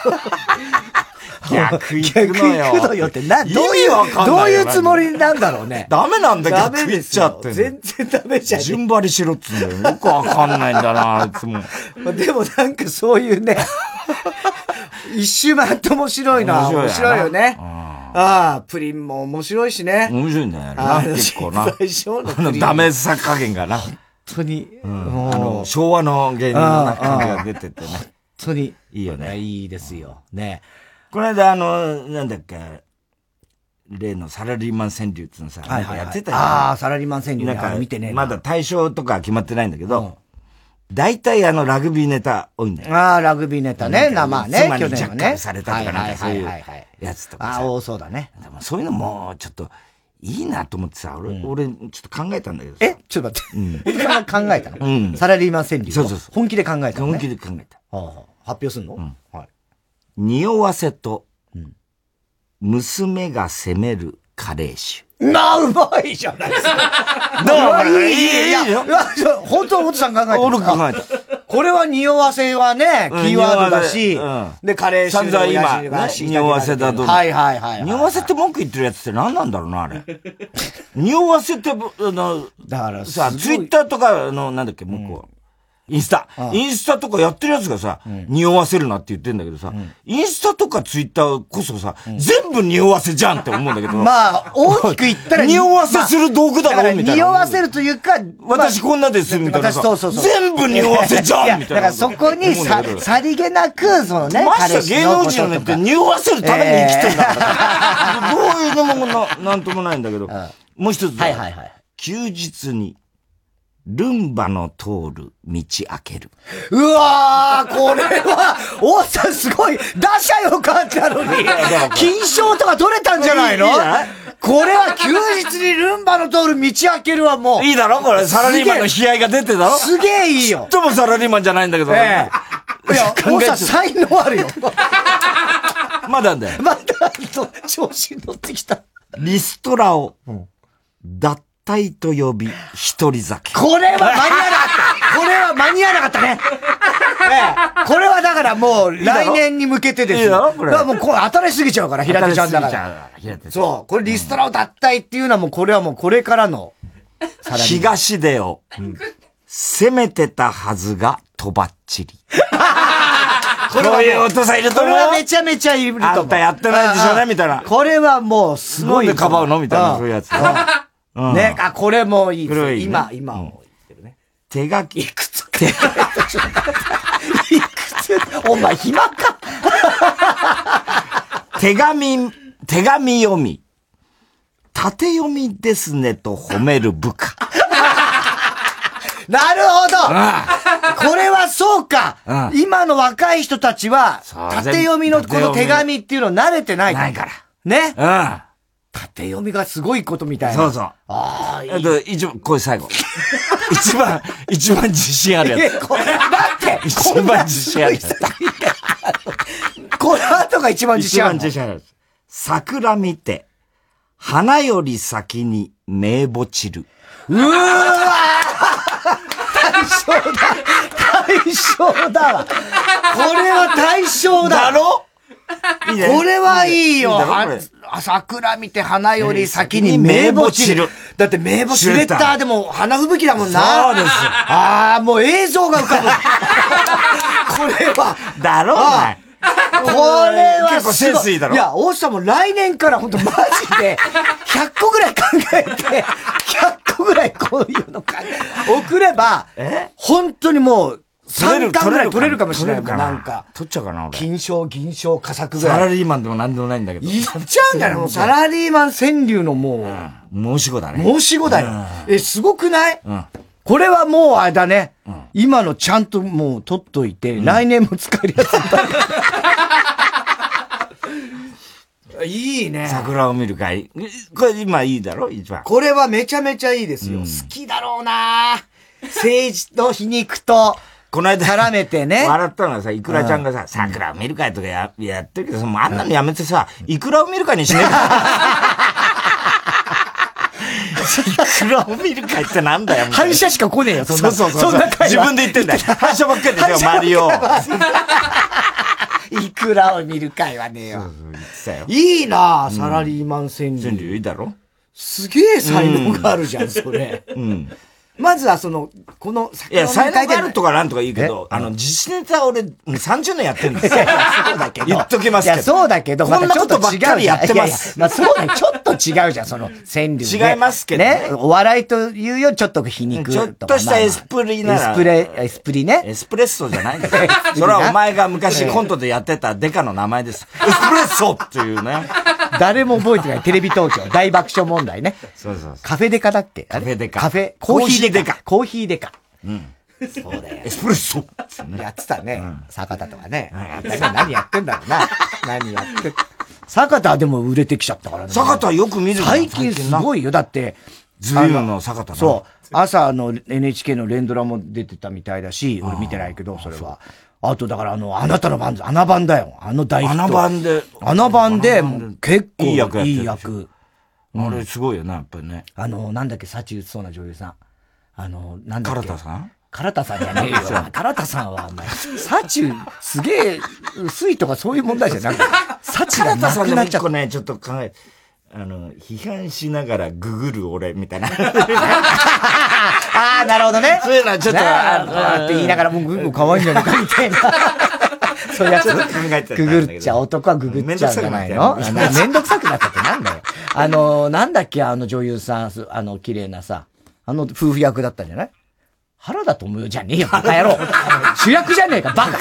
逆行くのよ。 逆行くのよってどういうつもりなんだろうね。 ダメなんだ、逆行っちゃって。 全然ダメじゃん。 順張りしろっつうんだよ。よくわかんないんだな、あいつも。 でもなんかそういうね、一周回って面白いな。面白いよね。ああ、プリンも面白いしね。 面白いんだよな、結構な。ダメさ加減がな。 本当に。 昭和の芸人の感じが出ててね。 本当に。 いいよね。 いいですよ。ね。 この間なんだっけ、例のサラリーマン川柳っていうのさ、なんかやってたよ。 ああ、サラリーマン川柳なんか見てね。 まだ対象とか決まってないんだけど、大体ラグビーネタ多いんだよ。 ああ、ラグビーネタね。まあね、 去年はね。されたとかなんかそういうやつとかさ。 ああ、そうだね。 そういうのもちょっといいなと思ってさ、俺ちょっと考えたんだけどさ。ちょっと待って。考えたのサラリーマン川柳。そう。本気で考えたの。 本気で考えた。 発表すんのはい。 匂わせと、娘が責めるカレー酒。 うまいじゃないですか。いや、本当、元さん考えた。 俺考えた。 これは匂わせはね、キーワードだし、で、カレー酒の今、匂わせだと。 はい。 匂わせって文句言ってるやつって何なんだろうな、あれ。匂わせって、だからさ、ツイッターとかの、なんだっけ、向こう。インスタとかやってるやつがさ、匂わせるなって言ってんだけどさ、インスタとかツイッターこそさ、全部匂わせじゃんって思うんだけど。 まあ、大きく言ったら匂わせする道具だろみたいな。 匂わせるというか、 私こんなですみたいな。全部匂わせじゃんみたいな。 だからそこにさりげなく、そのね、 まして芸能人のって匂わせるために生きてんだから。どういうのもなんともないんだけど。もう一つ。休日に。ルンバの通る道開ける。 うわー、これは、大さんすごい、出しゃよかったのに、金賞とか取れたんじゃないの？これは休日にルンバの通る道開けるはもう。 いいだろこれ、サラリーマンの悲哀が出てだろすげえいいよ。 ちっともサラリーマンじゃないんだけどね。 いや、大さん才能あるよ。 まだだよ。 まだ、調子に乗ってきた。 リストラを、脱体と呼び、一人酒。 これは間に合わなかったこれは間に合わなかったね。これはだからもう来年に向けてですよ。これはもう当たりすぎちゃうから、平手ちゃんだから。そう。これリストラを脱退っていうのはもうこれはもうこれからの。 東出を、攻めてたはずが、とばっちり。こういうお父さんいると思う。 これはめちゃめちゃいると思う。 あんたやってないでしょうね、みたいな。 これはもうすごい。 なんでかばうのみたいな、そういうやつ。 ね、これもいいです。今も言ってるね。 手書き。 いくつお前暇か手紙読み。縦読みですねと褒める部下。 なるほどこれはそうか今の若い人たちは、縦読みのこの手紙っていうの慣れてないから。ね。縦読みがすごいことみたいな。 そうそう。これ最後。一番自信あるやつ。 待って一番自信あるやつ。 この後が一番自信ある。 一番自信あるやつ。桜見て、花より先に名簿散る。 うわ大将だわ。これは大将だ。 だろいいね。これはいいよ。桜見て花より先に名簿散る。だって名簿シュレッダーでも花吹雪だもんな。 そうです。 ああ、もう映像が浮かぶ。これは。 だろお前。 これは結構センスいいだろ。 いや、大下も来年から本当マジで100個ぐらい考えて、100個ぐらいこういうの送れば、本当にもう3巻ぐらい取れるかもしれない。なんか。 取っちゃうかな俺。 金賞、銀賞、佳作ぐらい。 サラリーマンでも何でもないんだけど。 いっちゃうんだよ、もうサラリーマン川柳のもう。申し子だね。 申し子だよ。すごくないこれはもうあれだね。今のちゃんともう取っといて、来年も使えるやつだ。いいね。 桜を見る会。これ今いいだろ一番。 これはめちゃめちゃいいですよ。好きだろうな政治と皮肉と、 この間、 絡めてね。 笑ったのはさ、イクラちゃんがさ、桜を見る会とかやってるけどさ、もうあんなのやめてさ、イクラを見る会にしねえか。イクラを見る会ってなんだよ。 反射しか来ねえよ、そんな。 そう。自分で言ってんだよ。反射ばっかりですよ、周りを。 いくらを見る会はねえよ。 そう言ってたよ。 いいなサラリーマン川柳。 川柳いいだろすげえ才能があるじゃん、それ。まずはこのいや、才能があるとかなんとか言うけど、自主ネタ俺、30年やってるんですよ。 そうだけど。 言っときますけど。 いや、そうだけど、 こんなことばっかりやってます。 まあそうね、ちょっと違うじゃん、その川柳。 違いますけどね。お笑いというよりちょっと皮肉とか。 ちょっとしたエスプリなら。 エスプリね。 エスプレッソじゃないんですよ。それはお前が昔コントでやってたデカの名前です。エスプレッソっていうね。 誰も覚えてない。テレビ東京。大爆笑問題ね。 そう。 カフェデカだっけカフェデカ。 コーヒーデカ。コーヒーデカ。そうだよ。 エスプレッソやってたね。坂田とかね。何やってんだろうな。坂田はでも売れてきちゃったからね。 坂田よく見る最近すごいよ。だって、 ズームの坂田そう。朝NHK の連ドラも出てたみたいだし、俺見てないけど、それは。あと、だからあなたの番、穴番だよ。大ヒット。穴番で、結構いい役。 あれすごいよな、やっぱりね。 なんだっけ、幸打ちそうな女優さん。なんだっけ。 唐田さんじゃねえよ。唐田さんは、お前、幸すげえ薄いとかそういう問題じゃなくて、幸がなくなっちゃった。 ね、ちょっと考え、批判しながらググる俺、みたいな。 ああ、なるほどね。 そういうのはちょっと、 って言いながら、もう可愛いんじゃないかみたいな。そういうやつ。ググっちゃう、男はググっちゃうんじゃないの？めんどくさくなったってなんだよ。なんだっけ、女優さん、綺麗なさ、夫婦役だったんじゃない？原田知世じゃねえよ、バカ野郎。主役じゃねえか、バカ。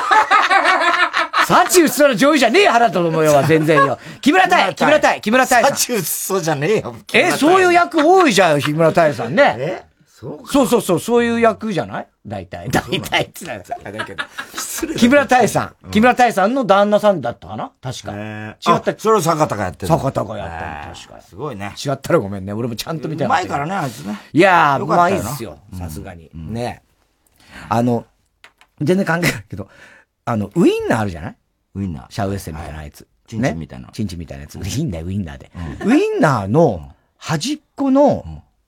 幸打ちそうな女優じゃねえよ、原田知世は全然よ。木村多江さん。 幸打ちそうじゃねえよ。 そういう役多いじゃん、木村多江さんね。そういう役じゃない？大体って言ったらだけど。木村多江さんの旦那さんだったかな確か。違った。 それを坂田がやってる。 坂田がやったの、確か。 すごいね。 違ったらごめんね。俺もちゃんと見てない。 前からね、あいつね。 いやー、まあいいっすよ。さすがに。ね。全然関係ないけど、ウインナーあるじゃない？ ウインナー。 シャウエッセンみたいなやつ。 チンチンみたいな。 チンチンみたいなやつ。いいんだよ、ウインナーで。ウインナーの端っこの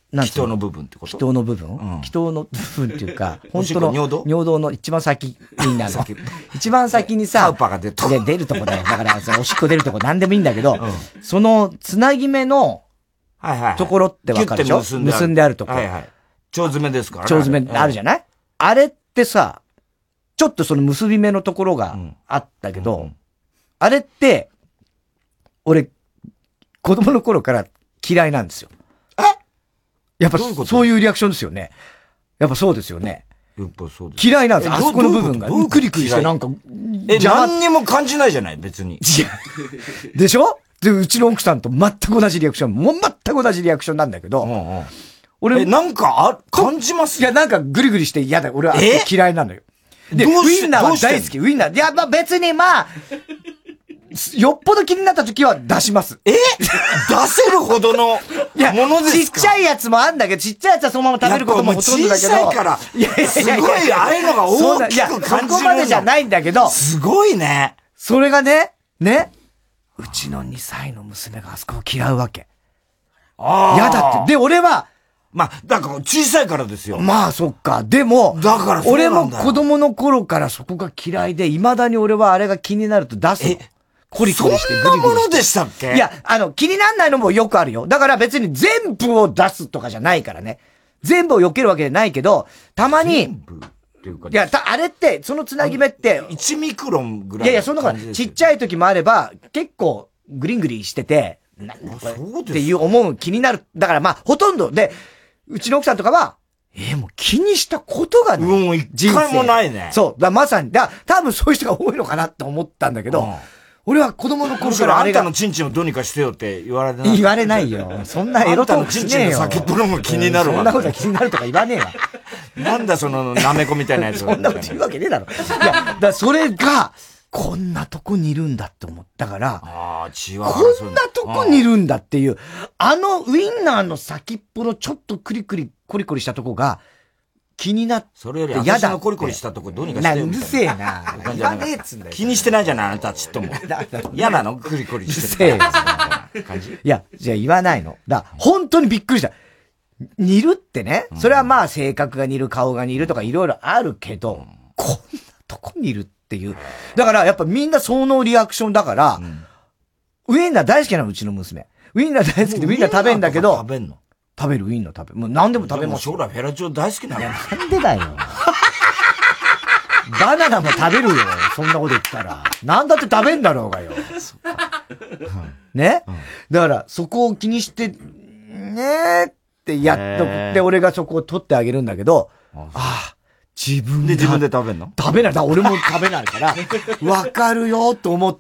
なん気筒の部分ってこと？ 気筒の部分、気筒の部分っていうか、本当の尿道の一番先になる。一番先にさ、 ハウパーが出るとこだよ。だから、おしっこ出るとこなんでもいいんだけど、そのつなぎ目のところってわかるでしょ？結んであるところ。 腸詰めですからね。 腸詰めあるじゃない？あれってさ、ちょっとその結び目のところがあったけど、あれって、俺、子供の頃から嫌いなんですよ。やっぱそういうリアクションですよね。やっぱそうですよね。 やっぱそうです。 嫌いなんですよ。あそこの部分が。クリクリしてなんか。 何にも感じないじゃない、別に。 でしょ？で、うちの奥さんと全く同じリアクション。もう全く同じリアクションなんだけど。 俺、なんか感じます？ いや、なんかグリグリして嫌だ。俺は嫌いなのよ。で、ウインナーは大好き。ウインナー。いや、まあ別にまあ、よっぽど気になった時は出します。 出せるほどのものですか？ ちっちゃいやつもあんだけど、ちっちゃいやつはそのまま食べることもほとんどだけど。 小さいから、すごい、ああいうのが大きく感じる。 そこまでじゃないんだけど。 すごいね。 それがね、うちの2歳の娘があそこを嫌うわけ。嫌だって。で、俺は、 まあ、だから小さいからですよ。 まあ、そっか。でも、 だから俺も子供の頃からそこが嫌いで、未だに俺はあれが気になると出すの。コリコリしてグリグリして。 そんなものでしたっけ？ いや、気になんないのもよくあるよ。だから別に全部を出すとかじゃないからね。全部を避けるわけじゃないけど、たまに、 っていうか、 いや、あれって、そのつなぎ目って、 1ミクロンぐらい。 いやいや、そんなことちっちゃい時もあれば、結構グリングリしてて、っていう思う気になる。だからまあ、ほとんどで、うちの奥さんとかは、もう気にしたことがない。 もう一回もないね。 そう。まさに、多分そういう人が多いのかなって思ったんだけど、俺は子供の頃からあれが。あんたのチンチンをどうにかしてよって言われない。 言われないよ。そんなエロトークしねえよ。 あんたのチンチンの先っぽのも気になるわ。 そんなことが気になるとか言わねえわ。 なんだそのなめこみたいなやつ。 そんなこと言うわけねえだろ。いや、だそれが、こんなとこにいるんだって思ったから、こんなとこにいるんだっていう、ウインナーの先っぽのちょっとコリコリしたとこが、気になって、 それより私のコリコリしたとこどうにかしてよ。 うるせえな。言わねえっつんだよ。 気にしてないじゃない、あなたちっとも。嫌なのコリコリしてる。 うるせえ感じ。いや、じゃあ言わないの。本当にびっくりした。似るってね、それはまあ性格が似る、顔が似るとかいろいろあるけど、こんなとこにいるっていう。だからやっぱみんなそのリアクションだから、ウインナー大好きなの、うちの娘。ウインナー大好きでウインナー食べんだけど、食べるウインナー食べる。もう何でも食べます。 将来フェラチオ大好きなの。 なんでだよ。バナナも食べるよ。そんなこと言ったら。なんだって食べんだろうがよ。ね、だからそこを気にして、ねってやっとくって俺がそこを取ってあげるんだけど、自分で食べんの？ 食べない。俺も食べないから、わかるよと思って、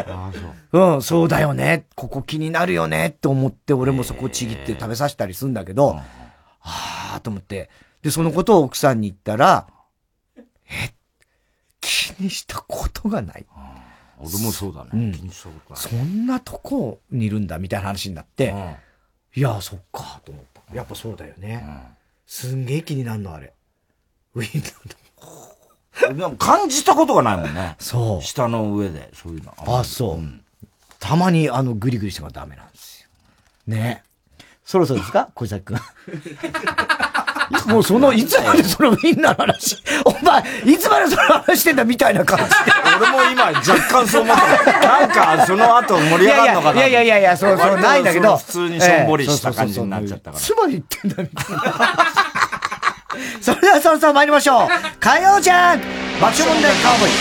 そうだよね。ここ気になるよねって思って、俺もそこをちぎって食べさせたりするんだけど、と思って。で、そのことを奥さんに言ったら、気にしたことがない。 俺もそうだね。気にしたことない。 そんなとこにいるんだみたいな話になって、いや、そっかと思った。やっぱそうだよね。すんげえ気になるの、あれ。ウィンドウでも感じたことがないもんね。 そう。 下の上で、そういうの。 そう。たまにグリグリしてもダメなんですよ。ね。そろそろですか小崎くん。もういつまでそのウィンナーの話。お前、いつまでその話してんだみたいな感じで。 俺も今若干そう思った。なんか、その後盛り上がるのかな。 いや、そう、ないんだけど。 普通にしょんぼりした感じになっちゃったから。 いつまで言ってんだみたいな。それではそろそろ参りましょう。火曜ジャンク爆笑問題カーボーイ。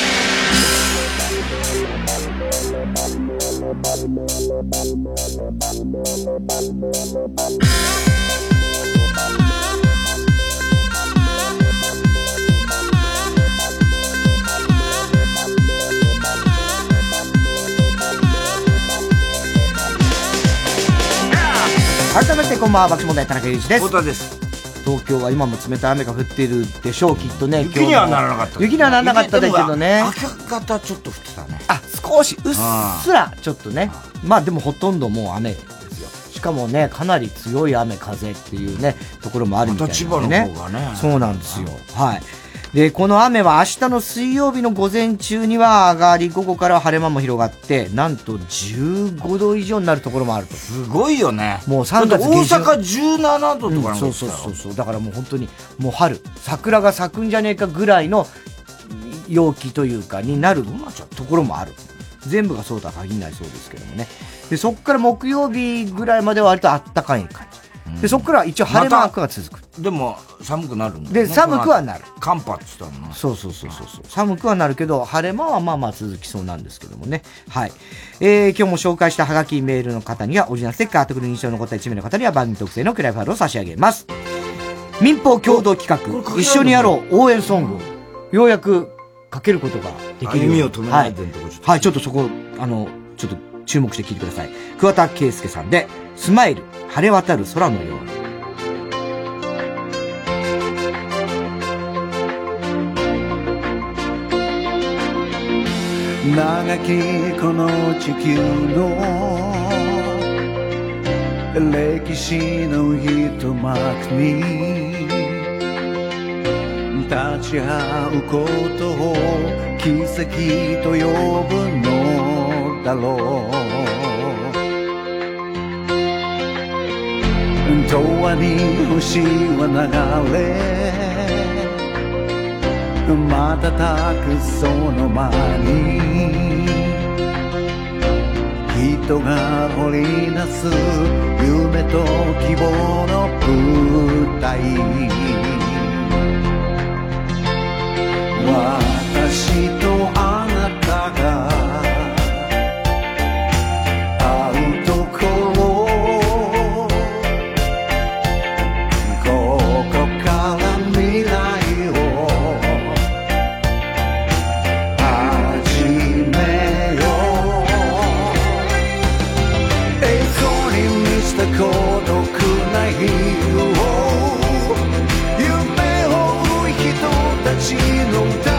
改めてこんばんは、爆笑問題田中裕二です。 太田です。 東京は今も冷たい雨が降っているでしょう、きっとね。 雪にはならなかった。 雪にはならなかったですけどね。 明け方ちょっと降ってたね。 少し、うっすら、ちょっとね。まあでもほとんどもう雨ですよ。しかもね、かなり強い雨、風っていうね、ところもあるみたいなね。 千葉の方がね。 そうなんですよ。はい。 で、この雨は明日の水曜日の午前中には上がり、午後からは晴れ間も広がって、なんと15度以上になるところもあると。 すごいよね。 もう3月下旬。大阪17度とかなんそう。だからもう本当に、もう春、桜が咲くんじゃねえかぐらいの陽気というか、になるところもある。全部がそうとは限らないそうですけどもね。で、そっから木曜日ぐらいまでは割と暖かい感じ。で、そっから一応晴れマークが続く。 でも、寒くなるんだね。で、寒くはなる。 寒波って言ったのね。 そう。寒くはなるけど、晴れ間はまあまあ続きそうなんですけどもね。はい。今日も紹介したハガキメールの方には、オリジナルステッカー、特に印象に残った1名の方には番組特製のクライファイルを差し上げます。民放共同企画、一緒にやろう応援ソング。ようやくかけることができる。 歩みを止めないでんとこはい、ちょっとそこ、ちょっと注目して聞いてください。桑田佳祐さんで、スマイル、晴れ渡る空のように。 長きこの地球の歴史の一幕に立ち会うことを奇跡と呼ぶのだろう。永遠に星は流れ瞬くその間に人が織りなす夢と希望の舞台。私とあなたが会うところ、ここから未来を始めよう。栄光に満ちた孤独な日を夢を追う人たちの歌、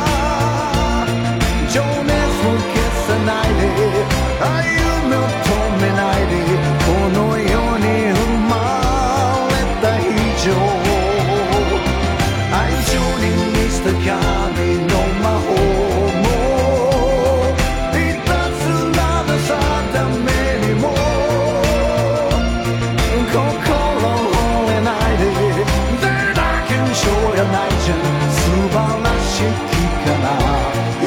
情熱を消さないで、歩みを止めないで、この世に生まれた以上、愛情に満ちた神の魔法もいたずらな定めにも心折れないで、誰だけにしょうやないじゃん、素晴らしきかな。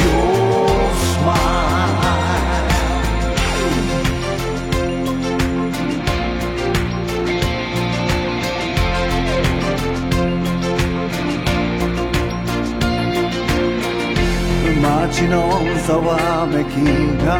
街のざわめきが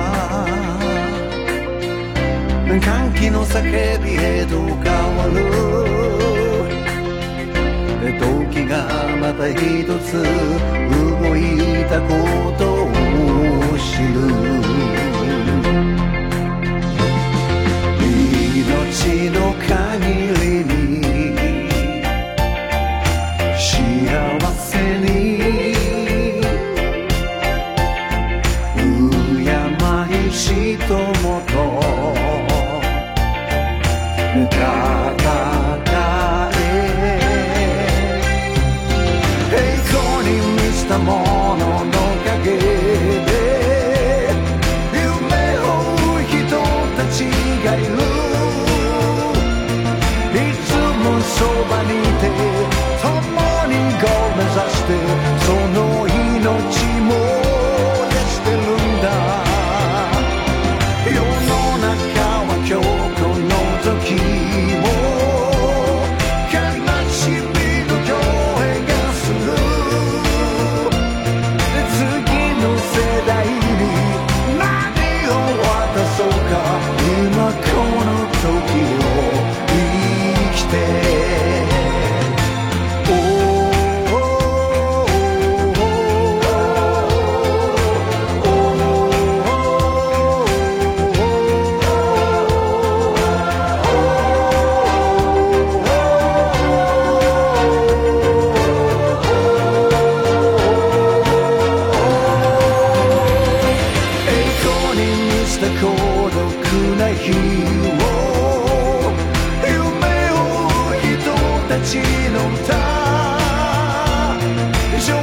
歓喜の叫びへと変わる。時がまた一つ動いたことを知る。命の限りに幸せに人もと戦え、栄光に満ちたものの陰で夢を追う人たちがいる。いつもそばにいて共にゴール目指して、その命も燃やしてるんだ。世の中は今日この時も悲しみの声がする。次の世代に何を渡そうか、今この時を生きて。夢を追う人たちの歌、情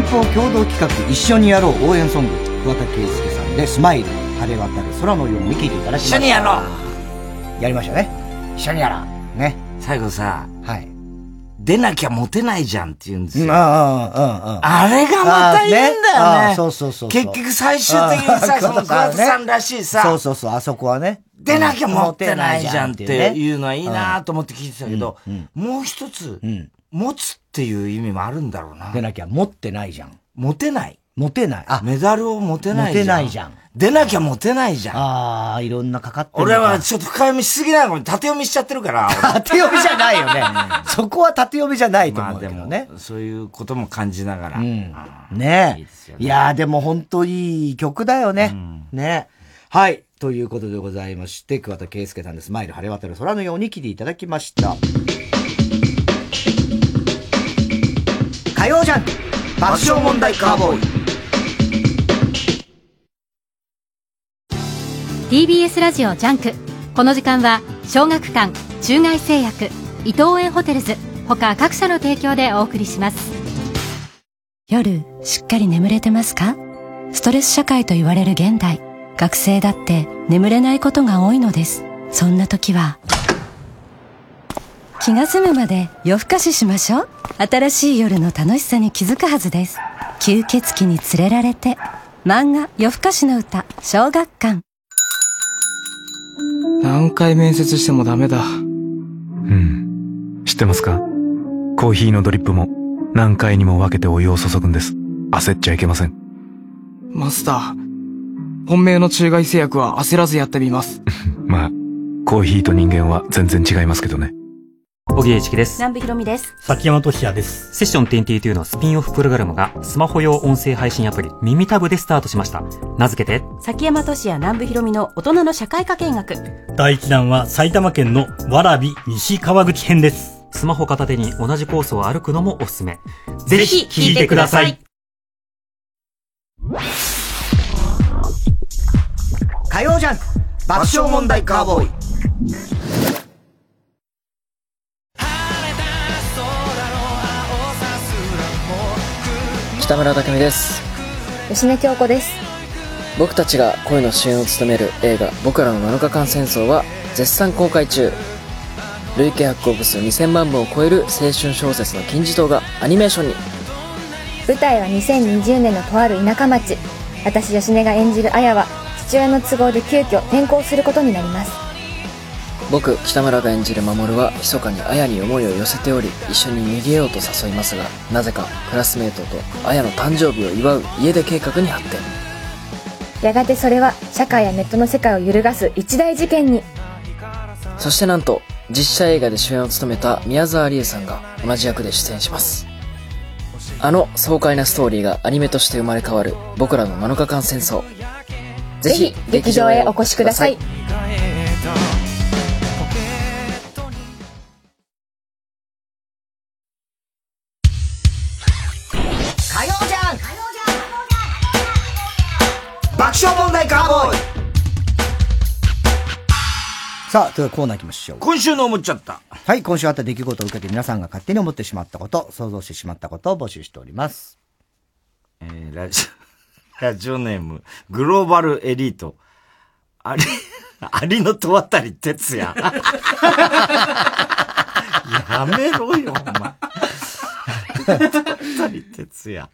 報共同企画一緒にやろう応援ソング、桑田佳祐さんでスマイル、晴れ渡る空のように聴いていただきました。 一緒にやろうやりましたね。一緒にやろうね。 最後さ、 はい。 出なきゃモテないじゃんって言うんですよ。 あれがまたいいんだよね。 そうそうそう。 結局最終的にさ、その桑田さんらしいさ。 そうそうそう、あそこはね。 出なきゃモテないじゃんっていうのはいいなと思って聞いてたけど、もう一つ、持つっていう意味もあるんだろうな。 出なきゃ持ってないじゃん。 モテない。 モテない。 あ、メダルを持てないじゃん。 モテないじゃん。 出なきゃモテないじゃん。 ああ、いろんなかかってる。 俺はちょっと深読みしすぎないのに縦読みしちゃってるから。 縦読みじゃないよね。そこは縦読みじゃないと思うけどね。 まあ、そういうことも感じながら。 ねえ。いやーでも本当いい曲だよね。ね。はい。ということでございまして、桑田佳祐さんでスマイル晴れ渡る空のように聴いていただきました。火曜ジャンク爆笑問題カーボーイ。 TBS ラジオジャンク。この時間は小学館、中外製薬、伊東園ホテルズ他各社の提供でお送りします。 夜しっかり眠れてますか？ストレス社会と言われる現代、学生だって眠れないことが多いのです。そんな時は気が済むまで夜更かししましょう。新しい夜の楽しさに気づくはずです。吸血鬼に連れられて、漫画夜更かしの歌、小学館。 何回面接してもダメだ。 知ってますか？コーヒーのドリップも何回にも分けてお湯を注ぐんです。焦っちゃいけません。 マスター、本命の中外製薬は焦らずやってみます。 まあ、コーヒーと人間は全然違いますけどね。 小木栄一です。 南部ひろみです。 崎山俊也です。 セッション22のスピンオフプログラムがスマホ用音声配信アプリ耳タブでスタートしました。名付けて崎山俊也南部ひろみの大人の社会科見学。 第1弾は埼玉県の蕨西川口編です。 スマホ片手に同じコースを歩くのもおすすめ。ぜひ聞いてください。 火曜ジャンク爆笑問題カーボーイ。 北村匠海です。 吉根京子です。 僕たちが声の主演を務める映画僕らの7日間戦争は絶賛公開中。累計発行部数2000万部を超える青春小説の金字塔がアニメーションに。 舞台は2020年のとある田舎町。私吉根が演じる綾は父親の都合で急遽転校することになります。 僕北村が演じる守は密かに綾に思いを寄せており、一緒に逃げようと誘いますが、なぜかクラスメートと綾の誕生日を祝う家出計画に発展。 やがてそれは社会やネットの世界を揺るがす一大事件に。 そしてなんと実写映画で主演を務めた宮沢りえさんが同じ役で出演します。あの爽快なストーリーがアニメとして生まれ変わる僕らの7日間戦争。ぜひ劇場へお越しください。 爆笑問題カーボーイ。さあ、というコーナー行きましょう。 今週の思っちゃった。 はい、今週あった出来事を受けて皆さんが勝手に思ってしまったこと、想像してしまったことを募集しております。 ラジオネーム、グローバルエリート。アリの戸渡哲也。やめろよ、お前。戸渡哲也。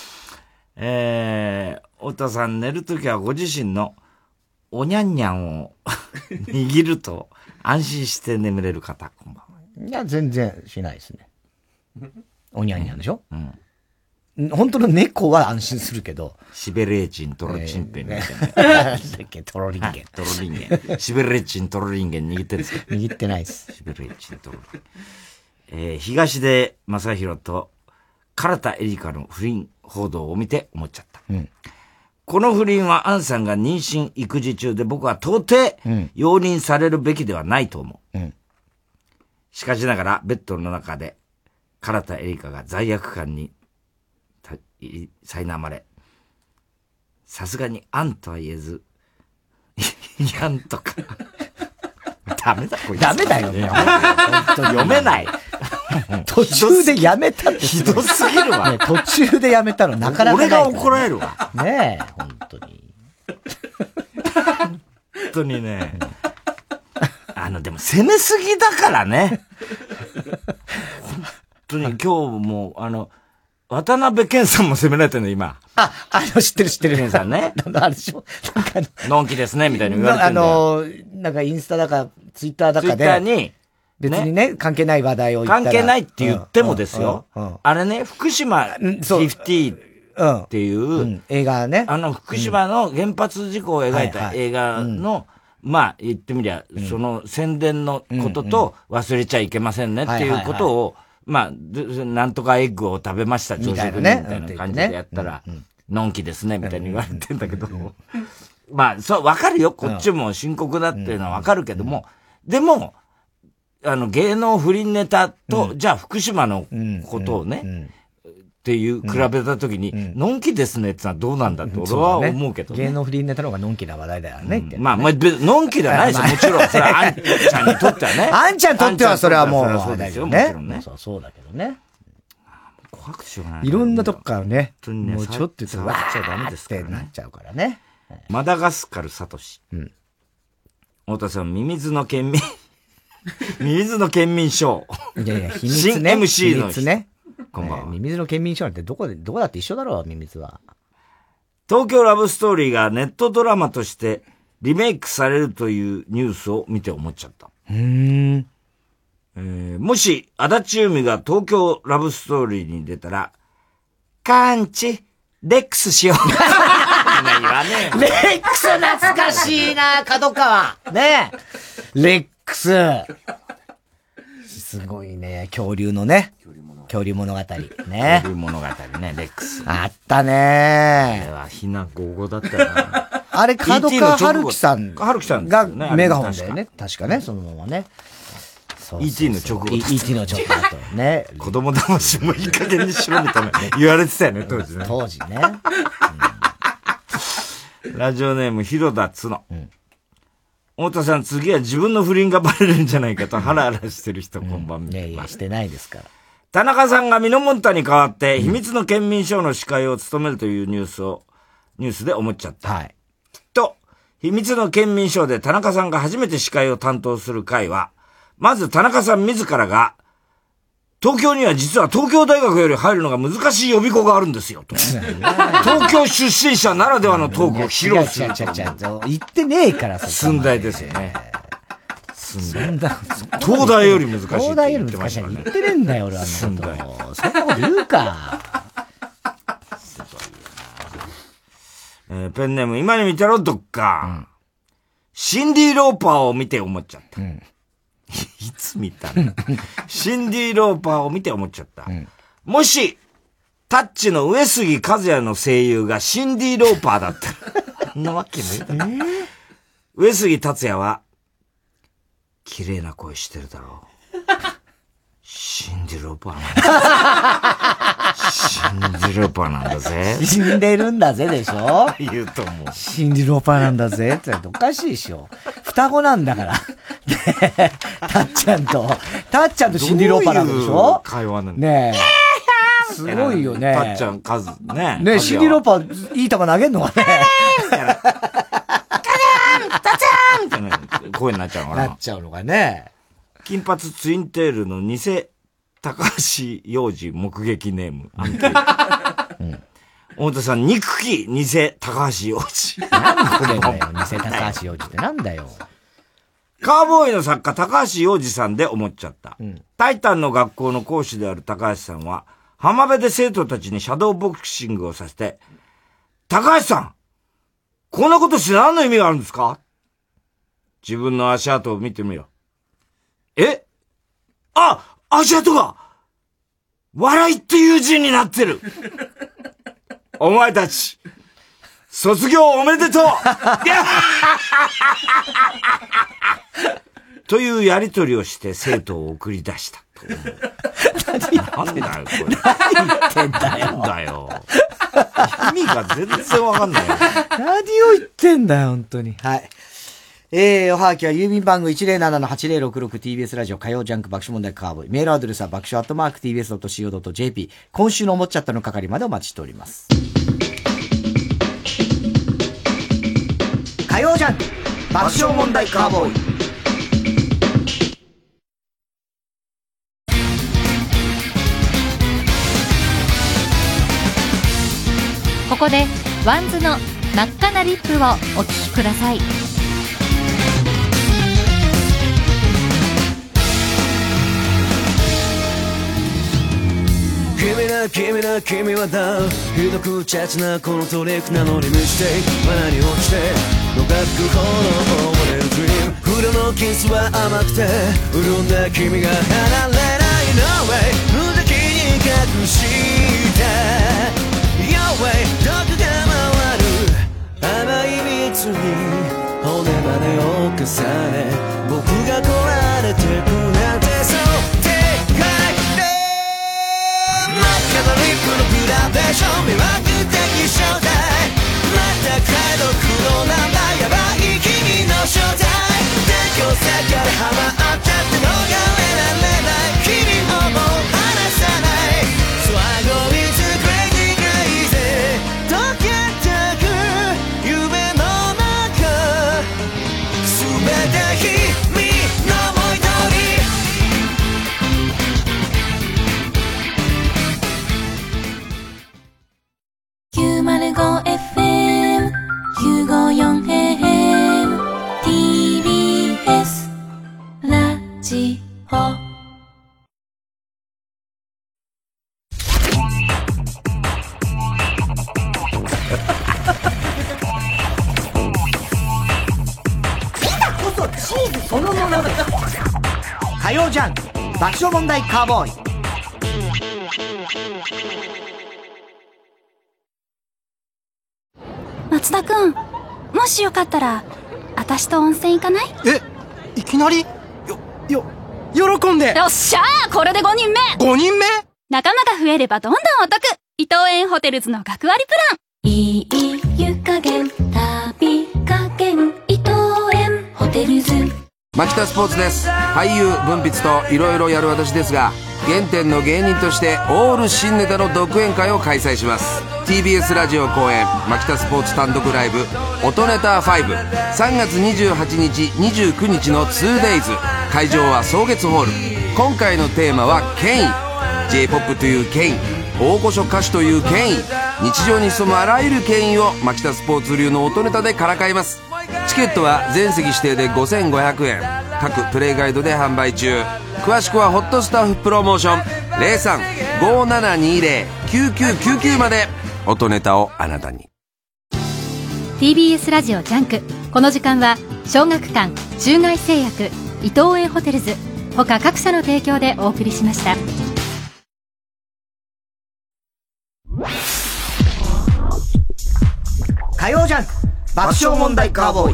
太田さん、寝るときはご自身のおにゃんにゃんを握ると安心して眠れる方、こんばんは。 いや、全然しないですね。おにゃんにゃんでしょ？本当の猫は安心するけど。 シベレーチン、トロチンペンみたいな。なんだっけ、トロリンゲン。 トロリンゲン。シベレーチン、トロリンゲン握ってるんですか？ 握ってないです。 シベレーチン、トロリンゲン。東出正宏と唐田エリカの不倫報道を見て思っちゃった。この不倫はアンさんが妊娠育児中で僕は到底容認されるべきではないと思う。しかしながらベッドの中で唐田エリカが罪悪感に苛まれ、さすがにあんとは言えず、やんとか。ダメだ、これ。 ダメだよね。 読めない。 途中でやめたってひどすぎるわ。 途中でやめたのなかなかないから。 俺が怒られるわ。 ねえ、本当に。 本当にね。でも攻めすぎだからね。本当に今日も、渡辺健さんも責められてるの、今。 知ってる。 健さんね。 あれでしょのんきですね、みたいに言われてるんだよ。 なんかインスタだか、ツイッターだかで。 ツイッターに、 別にね、関係ない話題を言ったら。 関係ないって言ってもですよ。あれね、福島50っていう、 映画ね。 福島の原発事故を描いた映画の、言ってみりゃ、その宣伝のことと忘れちゃいけませんねっていうことを、なんとかエッグを食べました、朝食みたいな感じでやったら、のんきですね、みたいに言われてんだけど、わかるよ、こっちも深刻だっていうのはわかるけども、でも、芸能不倫ネタと、じゃあ福島のことをね、っていう比べたときに、のんきですねってのはどうなんだって俺は思うけどね。 芸能不倫ネタの方がのんきな話題だよねって。 のんきではないですよ、もちろん。それはあんちゃんにとってはね。 あんちゃんにとってはそれはもう、 そうですよ、もちろんね。 そうだけどね。 怖くてしょうがない。 いろんなとこからね、 もうちょっと言ってわーっダメですからてなっちゃうからね。 マダガスカルサトシ。太田さん、ミミズの県民賞。 いやいや、秘密ね。 新 MC の。 秘密ね。 こんばんは。 ミミズの県民賞なんてどこだって一緒だろう、ミミズは。 東京ラブストーリーがネットドラマとしてリメイクされるというニュースを見て思っちゃった。もし、足立由美が東京ラブストーリーに出たら、カンチ、レックスしよう。言わねえ。 レックス懐かしいな、角川。ねえ。レックス。すごいね、恐竜のね。恐竜物語。ね。 恐竜物語ね、レックス。 あったね。 あれはひなごごだったよな。 あれ、角川春樹さんがメガホンだよね。確かね、そのままね。 E.T. の直後。 E.T. の直後だとね。 子供騙しもいい加減にしろみたいな言われてたよね、当時ね。 当時ね。 ラジオネーム、広田つの。太田さん、次は自分の不倫がバレるんじゃないかとハラハラしてる人、こんばんは。 いや、してないですから。 田中さんがミノモンタに代わって、秘密の県民賞の司会を務めるというニュースで思っちゃった。 はい。 きっと、秘密の県民賞で田中さんが初めて司会を担当する回は、まず田中さん自らが、東京には実は東京大学より入るのが難しい予備校があるんですよ、と。東京出身者ならではのトークを披露する。 言ってねえからさ。 寸大ですよね。東大より難しいって言ってましたね。 東大より難しい。言ってねえんだよ、俺は。 寸大。 そんなこと言うか。 ペンネーム、今に見てろ、どっか。シンディ・ローパーを見て思っちゃった。いつ見たのシンディ・ローパーを見て思っちゃった。もし、タッチの上杉和也の声優がシンディ・ローパーだったら、そんなわけねえ。上杉達也は、綺麗な声してるだろう。シンディ・ローパーなんだ。シンディ・ローパーなんだぜ。 死んでるんだぜでしょ言うと思う。 シンディ・ローパーなんだぜっておかしいでしょ。双子なんだから。ねたっちゃんとシンディ・ローパーなんでしょ。 どういう会話なんだねえ。すごいよね。 たっちゃん、カズ、ね。 ねシンディ・ローパー、いい球投げんのかね。 みたいな。たっちゃんみたいな声になっちゃうのかな。 なっちゃうのかね。 金髪ツインテールの偽高橋洋二目撃ネーム。太田さん、憎き偽高橋洋二。 何これだよ、偽高橋洋二ってなんだよ。 カーボーイの作家高橋洋二さんで思っちゃった。タイタンの学校の講師である高橋さんは、浜辺で生徒たちにシャドーボクシングをさせて、高橋さん、こんなことして何の意味があるんですか？自分の足跡を見てみろ。足跡が笑いっていう字になってる。お前たち、卒業おめでとうというやりとりをして生徒を送り出した。なんだよ、これ。 何言ってんだよ。 なんだよ。意味が全然わかんないよ。 何を言ってんだよ、本当に。はい。 おはがきは郵便番号 107-8066TBS ラジオ火曜ジャンク爆笑問題カーボーイ。メールアドレスは爆笑@tbs.co.jp。今週の思っちゃったの係までお待ちしております。火曜ジャンク爆笑問題カーボーイ。 ここでワンズの真っ赤なリップをお聴きください。 君はだひどくチャチなこのトリックなのにミステイク罠に落ちてのがくほど溺れるドリーム風呂のキスは甘くて潤んだ君が離れない No way 無邪気に隠した Your way 毒が回る甘い蜜に骨までを重ね僕が壊れてくなんてそうでかい真っ赤なリップのグラデーション魅惑的正体また解読のなんだやばい君の正体電光石火でハマっちゃって逃れられない君をもう離さない Swaggle is crazy crazy 溶けてく夢の中全て君の思い通り 905FM 954AM TBS ラジオチーズそのものです。火曜ジャンク爆笑問題カーボーイ。 松田くん、もしよかったら私と温泉行かない？ いきなり喜んで。 よっしゃー、これで5人目。 5人目？ 仲間が増えればどんどんお得。伊藤園ホテルズの学割プラン。いい湯加減、旅加減、伊藤園ホテルズ。 牧田スポーツです。俳優、文筆といろいろやる私ですが、原点の芸人としてオール新ネタの独演会を開催します。 TBS ラジオ公演牧田スポーツ単独ライブ音ネタ5、 3月28日29日の 2days。 会場は草月ホール。今回のテーマは権威。 J-POP という権威、大御所歌手という権威、日常に潜むあらゆる権威を牧田スポーツ流の音ネタでからかいます。チケットは全席指定で5500円、各プレイガイドで販売中。詳しくはホットスタッフプロモーション 03-5720-9999 まで。音ネタをあなたに。 TBS ラジオジャンク。この時間は小学館、中外製薬、伊藤園ホテルズ他各社の提供でお送りしました。 火曜ジャンク爆笑問題カーボーイ。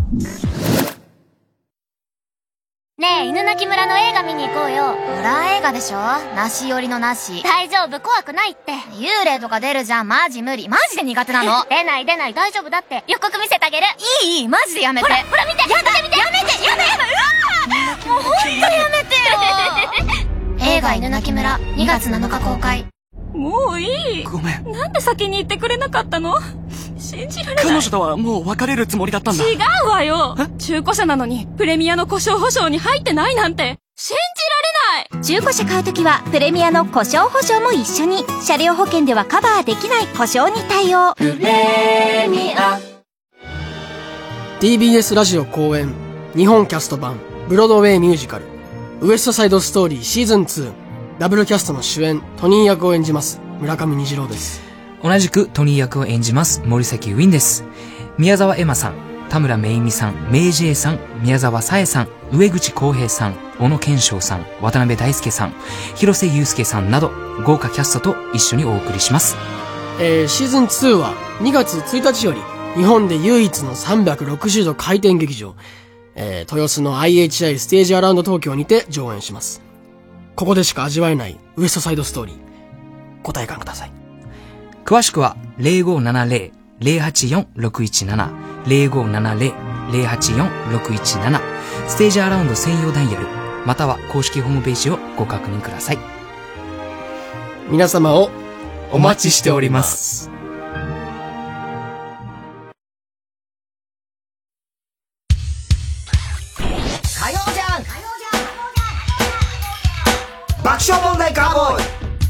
ねえ、犬鳴村の映画見に行こうよ。ホラー映画でしょ？なし寄りのなし。大丈夫、怖くないって。幽霊とか出るじゃん。マジ無理。マジで苦手なの。出ない、大丈夫だって。予告見せてあげる。いい、マジでやめて。ほら見て。やめて。うわーもうほんとやめてよ。映画犬鳴村、2月7日公開。 もういい。 ごめん。 なんで先に言ってくれなかったの？信じられない。 彼女とはもう別れるつもりだったんだ。 違うわよ。中古車なのにプレミアの故障保証に入ってないなんて信じられない。 中古車買うときはプレミアの故障保証も一緒に。車両保険ではカバーできない故障に対応。プレミア。 TBS ラジオ公演日本キャスト版ブロードウェイミュージカルウエストサイドストーリーシーズン2。ダブルキャストの主演トニー役を演じます村上虹郎です。 同じくトニー役を演じます森崎ウィンです。宮沢エマさん、田村めいみさん、メイジェイさん、宮沢さえさん、上口浩平さん、小野賢章さん、渡辺大輔さん、広瀬祐介さんなど豪華キャストと一緒にお送りします。 シーズン2は2月1日より日本で唯一の360度回転劇場、豊洲の IHI ステージアラウンド東京にて上演します。ここでしか味わえないウエストサイドストーリー、ご体感ください。 詳しくは 0570-084-617 084-617ステージアラウンド専用ダイヤルまたは公式ホームページをご確認ください。 皆様をお待ちしております。 火曜じゃん爆笑問題カーボーイ。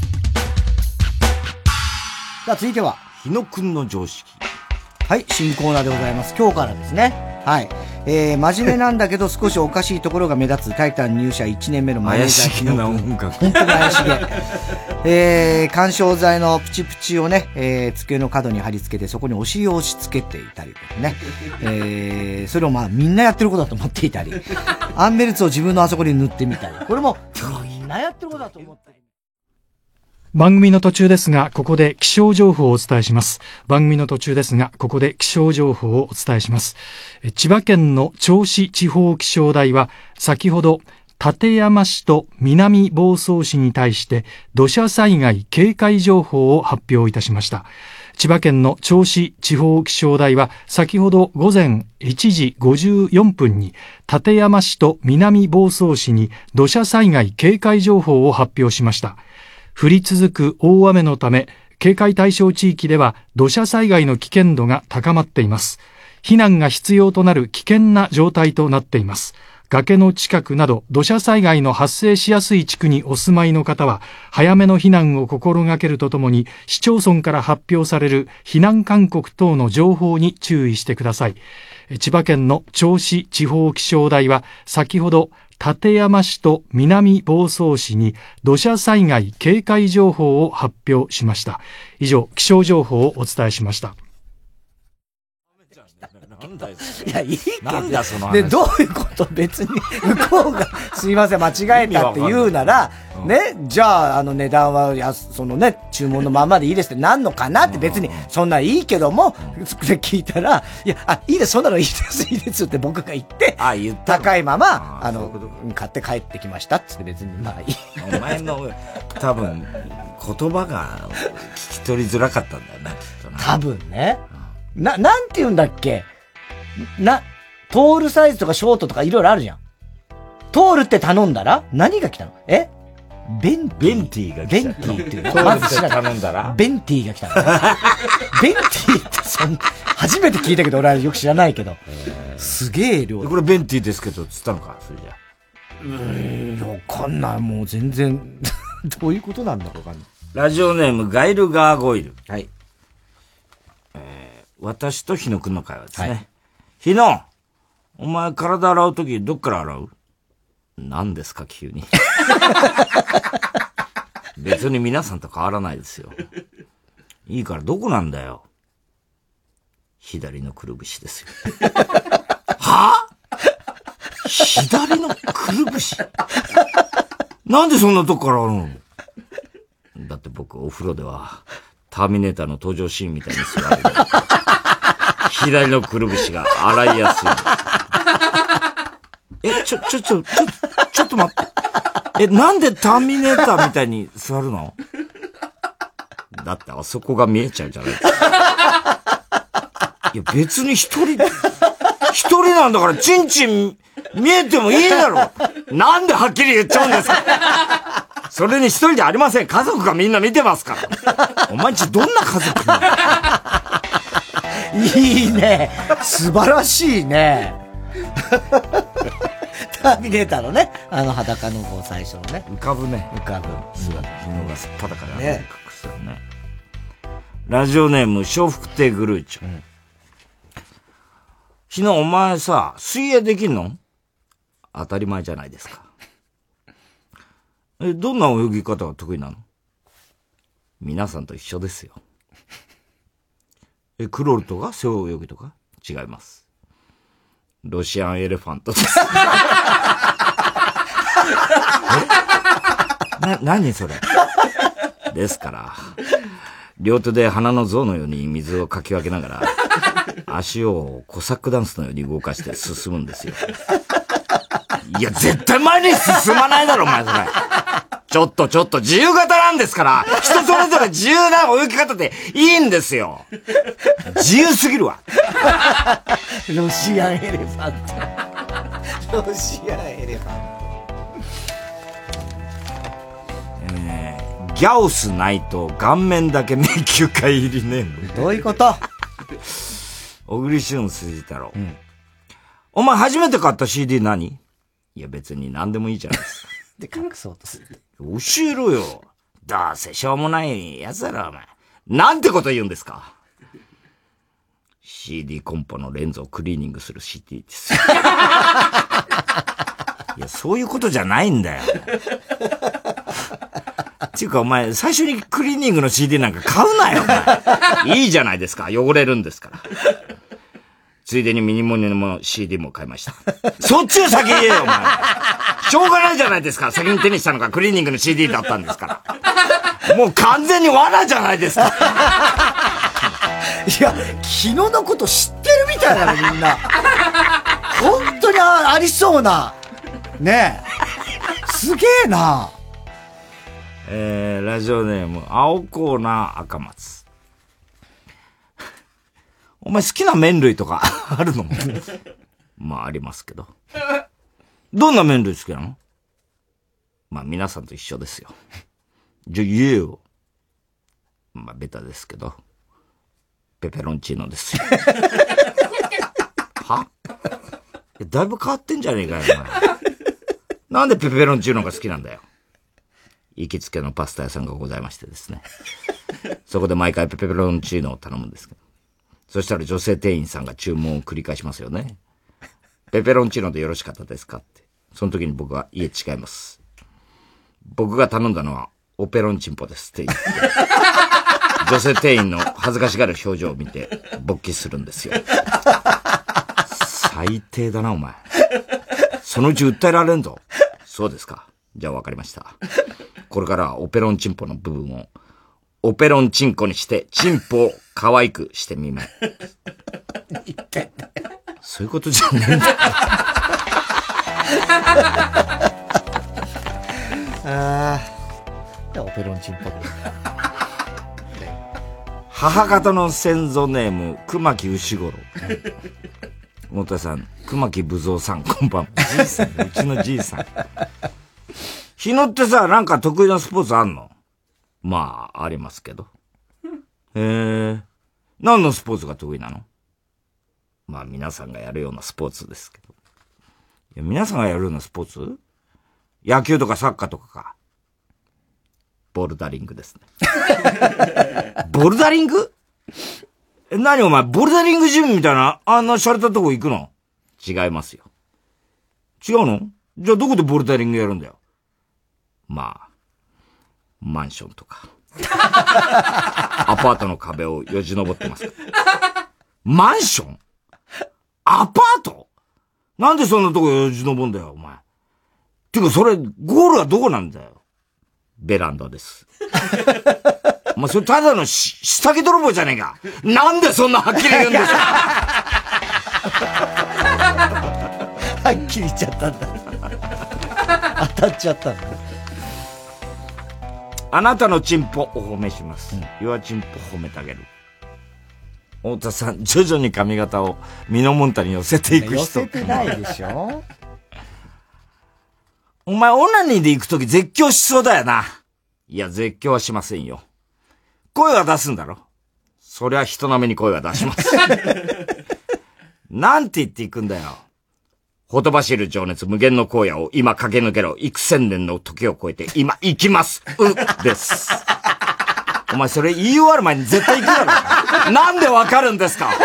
さあ続いては日野くんの常識。 はい、新コーナーでございます。今日からですね。はい。真面目なんだけど少しおかしいところが目立つタイタン入社1年目のマネージャー日野くん。本当に怪しげ。緩衝材のプチプチをね、机の角に貼り付けてそこにお尻を押し付けていたりとかね。それをまあみんなやってることだと思っていたり。アンベルツを自分のあそこに塗ってみたり。これもみんなやってることだと思っている。 番組の途中ですが、ここで気象情報をお伝えします。番組の途中ですが、ここで気象情報をお伝えします。千葉県の銚子地方気象台は、先ほど、館山市と南房総市に対して土砂災害警戒情報を発表いたしました。千葉県の銚子地方気象台は先ほど午前1時54分に館山市と南房総市に土砂災害警戒情報を発表しました。降り続く大雨のため、警戒対象地域では土砂災害の危険度が高まっています。避難が必要となる危険な状態となっています。崖の近くなど土砂災害の発生しやすい地区にお住まいの方は、早めの避難を心がけるとともに、市町村から発表される避難勧告等の情報に注意してください。千葉県の銚子地方気象台は、先ほど、館山市と南房総市に土砂災害警戒情報を発表しました。以上、気象情報をお伝えしました。 いや、いいけど。 なんだその話。 で、どういうこと別に、向こうが、すいません、間違えたって言うなら、ね、じゃあ、値段は、そのね、注文のままでいいですってなんのかなって別に、そんないいけども、で聞いたら、いや、いいです、そんなのいいです、いいですって僕が言って、高いまま、買って帰ってきましたって別に、まあいい。 お前の、多分、言葉が聞き取りづらかったんだよね。 多分ね。なんて言うんだっけ？トールサイズとかショートとかいろいろあるじゃん。トールって頼んだら何が来たの？ベンティーが来た。ベンティーっていうの？ トールって頼んだらベンティーが来たの。ベンティーって初めて聞いたけど俺はよく知らないけど。すげえ量。 これベンティーですけど、つったのかそれじゃ。 わかんない。もう全然、どういうことなんだかわかんない。 ラジオネームガイルガーゴイル。はい。私と日野くんの会話ですね。はい、日野、お前体洗うときどっから洗う？何ですか急に。別に皆さんと変わらないですよ。いいからどこなんだよ。左のくるぶしですよ。はぁ？左のくるぶし？なんでそんなとこから洗うの？だって僕お風呂ではターミネーターの登場シーンみたいに座る。左のくるぶしが洗いやすい。ちょっと待って。なんでターミネーターみたいに座るの？だってあそこが見えちゃうじゃないですか。いや別に一人なんだからチンチン見えてもいいだろ。なんではっきり言っちゃうんですか？それに一人じゃありません。家族がみんな見てますから。お前んちどんな家族なの？ いいね。素晴らしいね。ターミネーターのね、裸の方最初のね。 浮かぶね。 浮かぶ。 日野がすっぱだからね。隠すよね。ラジオネーム、笑福亭グルーチョ。日野お前さ、水泳できんの？当たり前じゃないですか。どんな泳ぎ方が得意なの？皆さんと一緒ですよ。クロールとか背泳ぎとか違います。ロシアンエレファントです。何それ？ですから、両手で鼻の象のように水をかき分けながら、足をコサックダンスのように動かして進むんですよ。いや、絶対前に進まないだろ、お前それ。 ちょっと、自由形なんですから、人それぞれ自由な泳ぎ方でいいんですよ。自由すぎるわ。 ロシアンエレファント。ロシアンエレファント。ギャオスないと顔面だけ迷宮会入りネーム。 どういうこと？ 小栗旬辻太郎。お前初めて買った CD 何？いや別に何でもいいじゃないですか。 で、隠そうとする。 教えろよ。どうせしょうもないやつだろ、お前。なんてこと言うんですか。CD コンポのレンズをクリーニングする CD ですよ。いや、そういうことじゃないんだよ。っていうかお前、最初にクリーニングの CD なんか買うなよ、お前。いいじゃないですか。汚れるんですから。ついでにミニモニの CD も買いました。そっちを先言えよ、お前。しょうがないじゃないですか。先に手にしたのがクリーニングの CD だったんですから。もう完全に罠じゃないですか。 いや、昨日のこと知ってるみたいなの、みんな。本当にありそうな。ねえ。すげえな。 ラジオネーム、青コーナー赤松。お前好きな麺類とかあるの？まあありますけど。どんな麺類好きなの？まあ皆さんと一緒ですよ。じゃあ言えよ。まあベタですけど。ペペロンチーノですよ。は？だいぶ変わってんじゃねえかよ、お前。なんでペペロンチーノが好きなんだよ。行きつけのパスタ屋さんがございましてですね。そこで毎回ペペロンチーノを頼むんですけど。そしたら女性店員さんが注文を繰り返しますよね。ペペロンチーノでよろしかったですかって。その時に僕は、いえ違います。僕が頼んだのは、オペロンチンポですって言って。女性店員の恥ずかしがる表情を見て、勃起するんですよ。最低だな、お前。そのうち訴えられんぞ。そうですか。じゃあ分かりました。これからはオペロンチンポの部分を、オペロンチンコにして、チンポを可愛くしてみます。そういうことじゃねえんだよ。 オペロンチンポ。 母方の先祖ネーム、熊木牛五郎。太田さん、熊木武蔵さん、こんばんは。じいさん、うちのじいさん。日野ってさ、なんか得意なスポーツあんの？まあ、ありますけど。何のスポーツが得意なの？まあ、皆さんがやるようなスポーツですけど。いや、皆さんがやるようなスポーツ？野球とかサッカーとかか。ボルダリングですね。ボルダリング？何お前、ボルダリングジムみたいな、あんな洒落たとこ行くの？違いますよ。違うの？じゃあどこでボルダリングやるんだよ。まあ、マンションとか。アパートの壁をよじ登ってます。マンション？アパート？なんでそんなとこよじ登んだよ、お前。てか、それ、ゴールはどこなんだよ。ベランダです。お前、それただの下着泥棒じゃねえか。なんでそんなはっきり言うんですか。 はっきり言っちゃったんだ。当たっちゃったんだ。 あなたのチンポお褒めします。Your チンポ褒めてあげる。太田さん、徐々に髪型をミノモンタに寄せていく人。 寄せてないでしょ。 お前、オナニーで行くとき絶叫しそうだよな。いや、絶叫はしませんよ。声は出すんだろ。そりゃ人並みに声は出します。なんて言っていくんだよ。ほとばしる情熱無限の荒野を今駆け抜けろ。幾千年の時を超えて今行きます。です。お前それ言い終わる前に絶対行くだろ。なんでわかるんですか。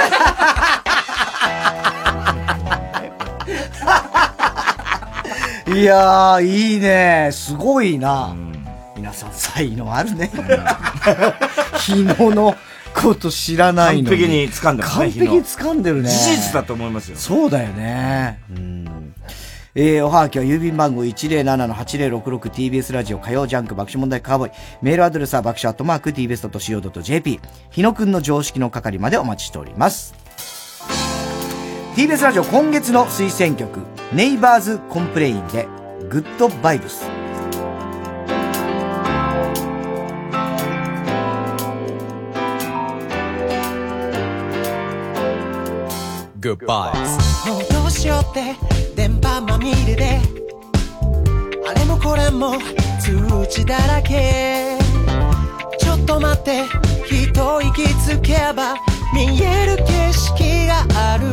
いやー、いいね。すごいな。皆さん才能あるね。日野のこと知らないのに。 完璧に掴んでますね。 完璧に掴んでるね。 事実だと思いますよ。 そうだよね。おはがきは郵便番号 107-8066 TBS ラジオ火曜ジャンク爆笑問題カーボーイ。メールアドレスは爆笑@tbs.co.jp。日野くんの常識の係までお待ちしております。TBS ラジオ今月の推薦曲、ネイバーズコンプレインでグッドバイブス。 Good vibes。 もうどうしようって電波まみれで、あれもこれも通知だらけ。ちょっと待って、一息つけば見える景色がある。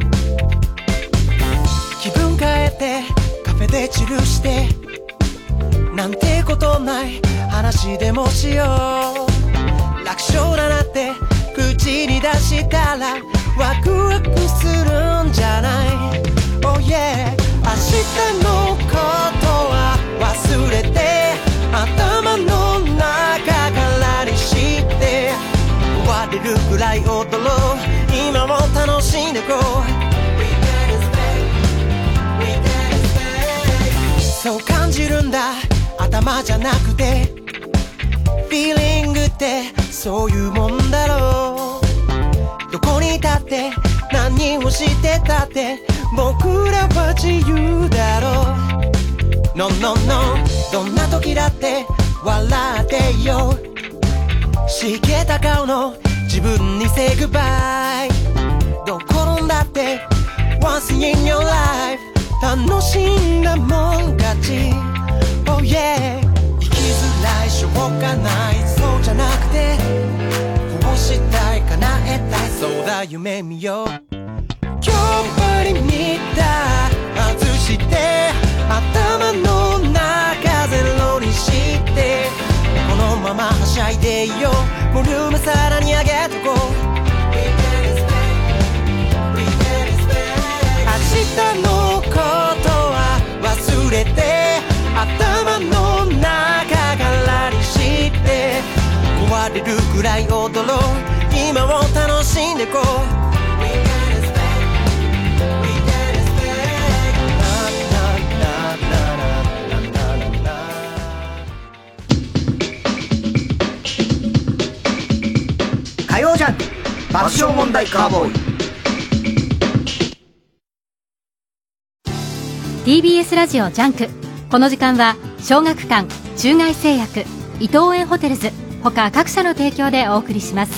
気分変えてカフェでチルして、なんてことない話でもしよう。楽勝だなって口に出したらワクワクするんじゃない。 Oh yeah。 明日のことは忘れて、頭の中からにして終われるくらい踊ろう。今も楽しんでこう。そう感じるんだ、頭じゃなくて。フィーリングってそういうもんだろう。どこにいたって何をしてたって僕らは自由だろう。 No no no。 どんな時だって笑っていよう。しけた顔の自分に say goodbye。 どこ転んだって Once in your life 楽しんだもん勝ち。 Oh yeah。 生きづらいしょうがない、そうじゃなくてこうしたい叶えたい、そうだ夢見よう。今日はリミッター外して頭の中ゼロにして、このままはしゃいでいよう。ボリュームさらに上げとこう。明日のことは忘れて、頭の中からにして壊れるくらい踊ろう。今を楽しんでこう。 火曜ジャンク爆笑問題カーボーイ。 TBS ラジオジャンク。この時間は小学館、中外製薬、伊東園ホテルズ他各社の提供でお送りします。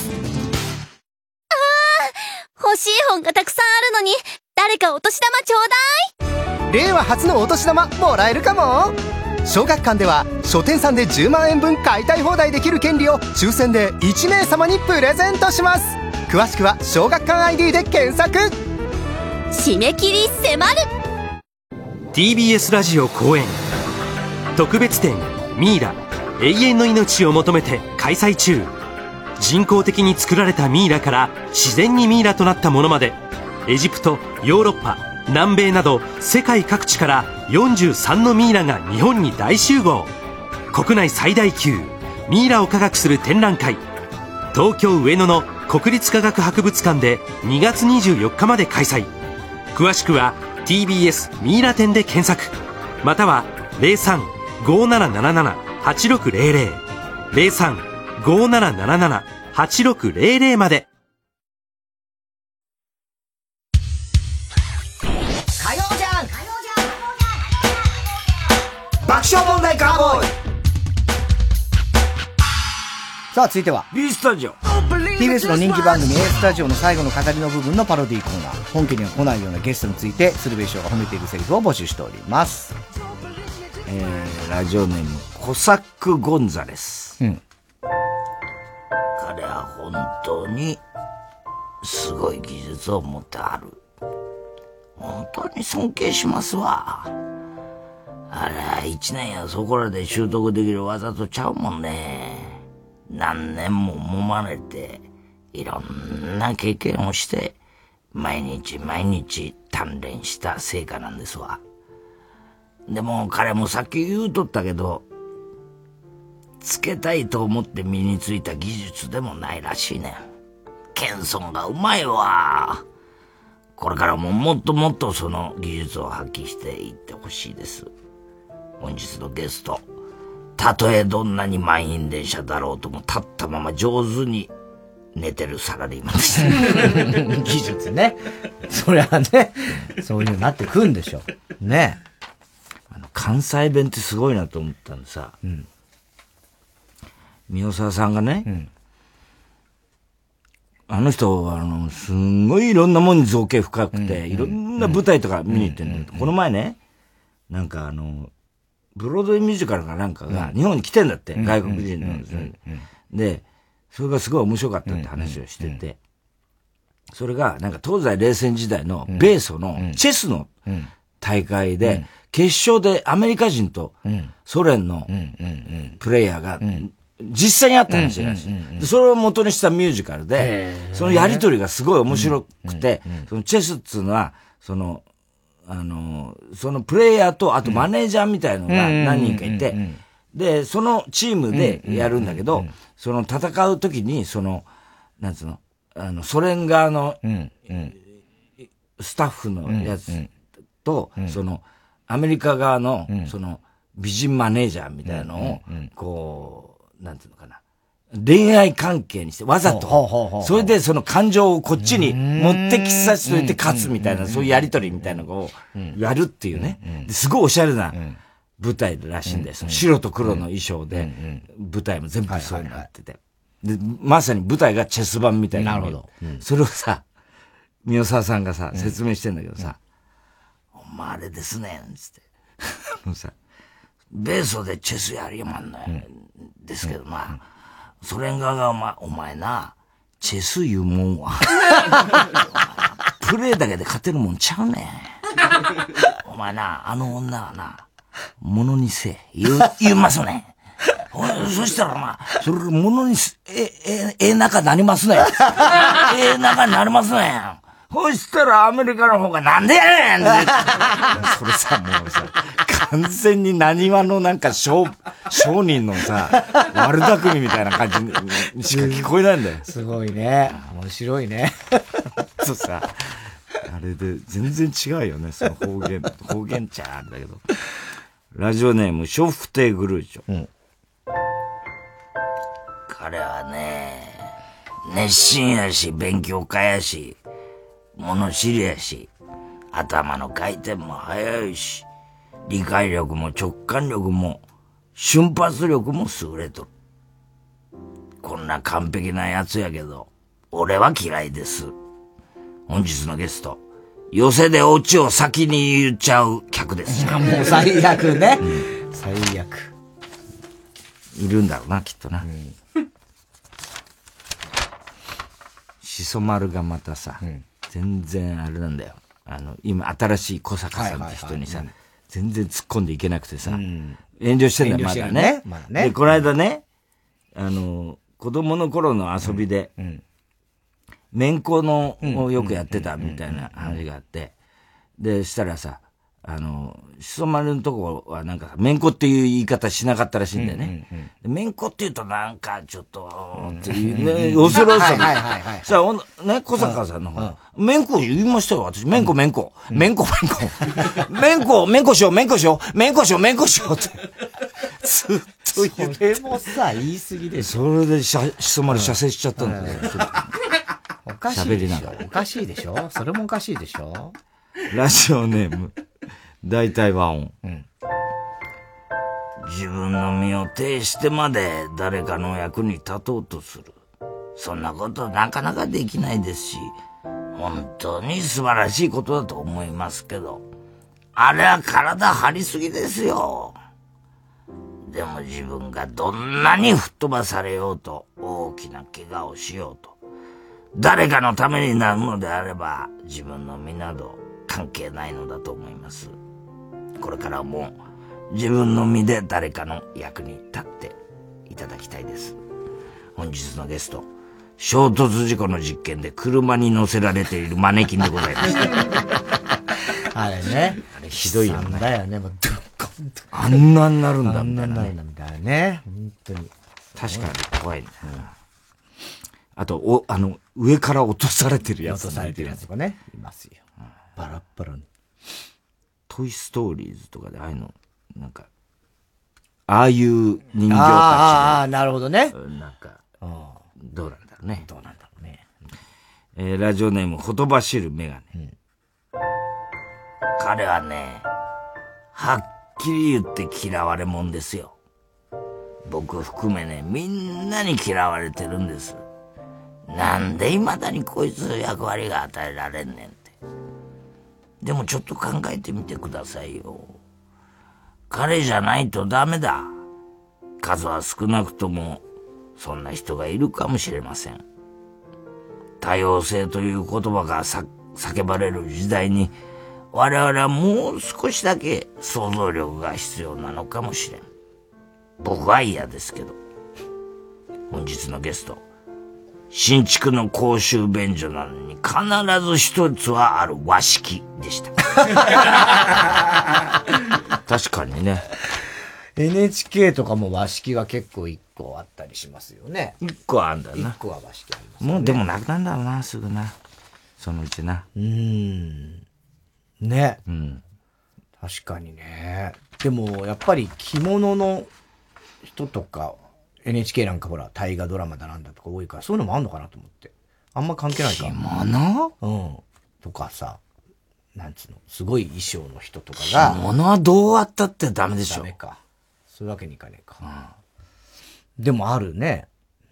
欲しい本がたくさんあるのに誰かお年玉ちょうだい。 令和初のお年玉もらえるかも。小学館では書店さんで10万円分買いたい放題できる権利を抽選で1名様にプレゼントします。詳しくは小学館 ID で検索。 締め切り迫る。 TBS ラジオ公演特別展ミイラ永遠の命を求めて開催中。人工的に作られたミイラから自然にミイラとなったものまで、エジプト、ヨーロッパ、南米など世界各地から43のミイラが日本に大集合。国内最大級ミイラを科学する展覧会、東京上野の国立科学博物館で2月24日まで開催。詳しくは TBS ミイラ展で検索、または 03-5777-8600 03-5777-8600まで。 火曜ジャンク爆笑問題カーボーイ。さあ続いては B スタジオ。 TBS の人気番組 A スタジオの最後の語りの部分のパロディーコーナー。本家には来ないようなゲストについて鶴瓶師匠が褒めているセリフを募集しております。 ラジオネームコサック・ゴンザレス。 うん。 彼は本当にすごい技術を持ってある。本当に尊敬しますわ。あれは1年やそこらで習得できる技とちゃうもんね。何年も揉まれていろんな経験をして毎日毎日鍛錬した成果なんですわ。でも彼もさっき言うとったけど、つけたいと思って身についた技術でもないらしいねん。謙遜がうまいわ。これからももっともっとその技術を発揮していってほしいです。本日のゲスト、たとえどんなに満員電車だろうとも立ったまま上手に寝てるサラリーマンです。 技術ね。そりゃね、そういうのになってくんでしょ。ね。 関西弁ってすごいなと思ったんでさ、うん、宮沢さんがね、 あの人はすんごいいろんなもんに造形深くて、いろんな舞台とか見に行ってんだけど、この前ね、なんかブロードウェイミュージカルかなんかが日本に来てんだって、外国人のですね。で、それがすごい面白かったって話をしてて、それがなんか東西冷戦時代の米ソのチェスの大会で、決勝でアメリカ人とソ連のプレイヤーが実際にあった話らしい。それを元にしたミュージカルで、そのやりとりがすごい面白くて、そのチェスっていうのは、そのプレイヤーと、あとマネージャーみたいのが何人かいて、で、そのチームでやるんだけど、その戦う時に、なんつうの、ソ連側のスタッフのやつと、アメリカ側の、美人マネージャーみたいなのを、こう、なんていうのかな。恋愛関係にして、わざと、それでその感情をこっちに持ってきさせといて勝つみたいな、そういうやりとりみたいなのをやるっていうね。すごいおしゃれな舞台らしいんです。白と黒の衣装で、舞台も全部そうになってて。で、まさに舞台がチェス盤みたいな。 なるほど。 それをさ、宮沢さんがさ、説明してんだけどさ、お前あれですね、つって。さ、米ソでチェスやりまんのよ。ですけどな、ソ連側がお前な、チェスいうもんは、プレイだけで勝てるもんちゃうねん。お前な、あの女はな、ものにせえ、言いますね。そしたらな、それものに仲なりますね。仲になりますね。そしたらアメリカの方がなんでやねんそれさ、もうさ、完全に何話のなんか商人のさ、悪巧みみたいな感じにしか聞こえないんだよ。 すごいね。面白いね。 そうさ、あれで全然違うよね、その方言っちゃあれだけど。ラジオネーム、笑福亭グルーチョ。彼はね、熱心やし、勉強家やし、物知りやし、頭の回転も速いし、理解力も直感力も、瞬発力も優れとる。こんな完璧なやつやけど、俺は嫌いです。本日のゲスト、寄せでオチを先に言っちゃう客です。 もう最悪ね。最悪。 いるんだろうな、きっとな。しそ丸がまたさ、全然あれなんだよ。今、新しい小坂さんって人にさ、全然突っ込んでいけなくてさ、遠慮してんだよ、まだね。で、この間ね、子供の頃の遊びで、めんこのをよくやってたみたいな話があって、で、したらさ、しそ丸のとこはなんか、めんこっていう言い方しなかったらしいんだよね。めんこって言うとなんかちょっと、っていうね、恐ろしさで。さあ、ね、小坂さんの方、めんこ言いましたよ、私。めんこ。めんこしようって。ずっと言って。 それもさ、言い過ぎでしょ。 それでしそ丸射精しちゃったんだよ。 おかしいでしょ。おかしいでしょ。それもおかしいでしょ。 ラジオネーム、大体和音。自分の身を挺してまで誰かの役に立とうとする。そんなことなかなかできないですし、本当に素晴らしいことだと思いますけど、あれは体張りすぎですよ。でも自分がどんなに吹っ飛ばされようと、大きな怪我をしようと、誰かのためになるのであれば、自分の身など関係ないのだと思います。これからも自分の身で誰かの役に立っていただきたいです。本日のゲスト、衝突事故の実験で車に乗せられているマネキンでございます。 あれね。 あれひどいよね。 だよね。もうドッコンと。 あんなになるんだみたいな。 あんなになるんだみたいなね。本当に。 確かに怖いね。あと、上から落とされてるやつ。 落とされてるやつがね、いますよ。バラッバラに。 トイストーリーズとかでああいうの、なんか、ああいう人形たちが。 ああ、なるほどね。 なんか、どうなんだろうね。どうなんだろうね。ラジオネーム、ほとばしるメガネ。彼はね、はっきり言って嫌われ者ですよ。僕含めね、みんなに嫌われてるんです。 なんで未だにこいつ役割が与えられんねんって。でもちょっと考えてみてくださいよ。彼じゃないとダメだ。数は少なくともそんな人がいるかもしれません。多様性という言葉が叫ばれる時代に、我々はもう少しだけ想像力が必要なのかもしれん。僕は嫌ですけど。本日のゲスト、新築の公衆便所なのに必ず一つはある和式でした。確かにね。 NHK とかも和式が結構1個あったりしますよね。 1個あんだな。 1個は和式あります、ね。 もうでもなくなるんだろうな、すぐな。そのうちな。 ね。うん。確かにね。でもやっぱり着物の人とか、NHK なんかほら、大河ドラマだなんだとか多いから、そういうのもあんのかなと思って。あんま関係ないか。 着物？ うん。とかさ、なんつうの、すごい衣装の人とかが。 着物はどうあったってダメでしょ。 ダメか。そういうわけにいかねえか。でもあるね。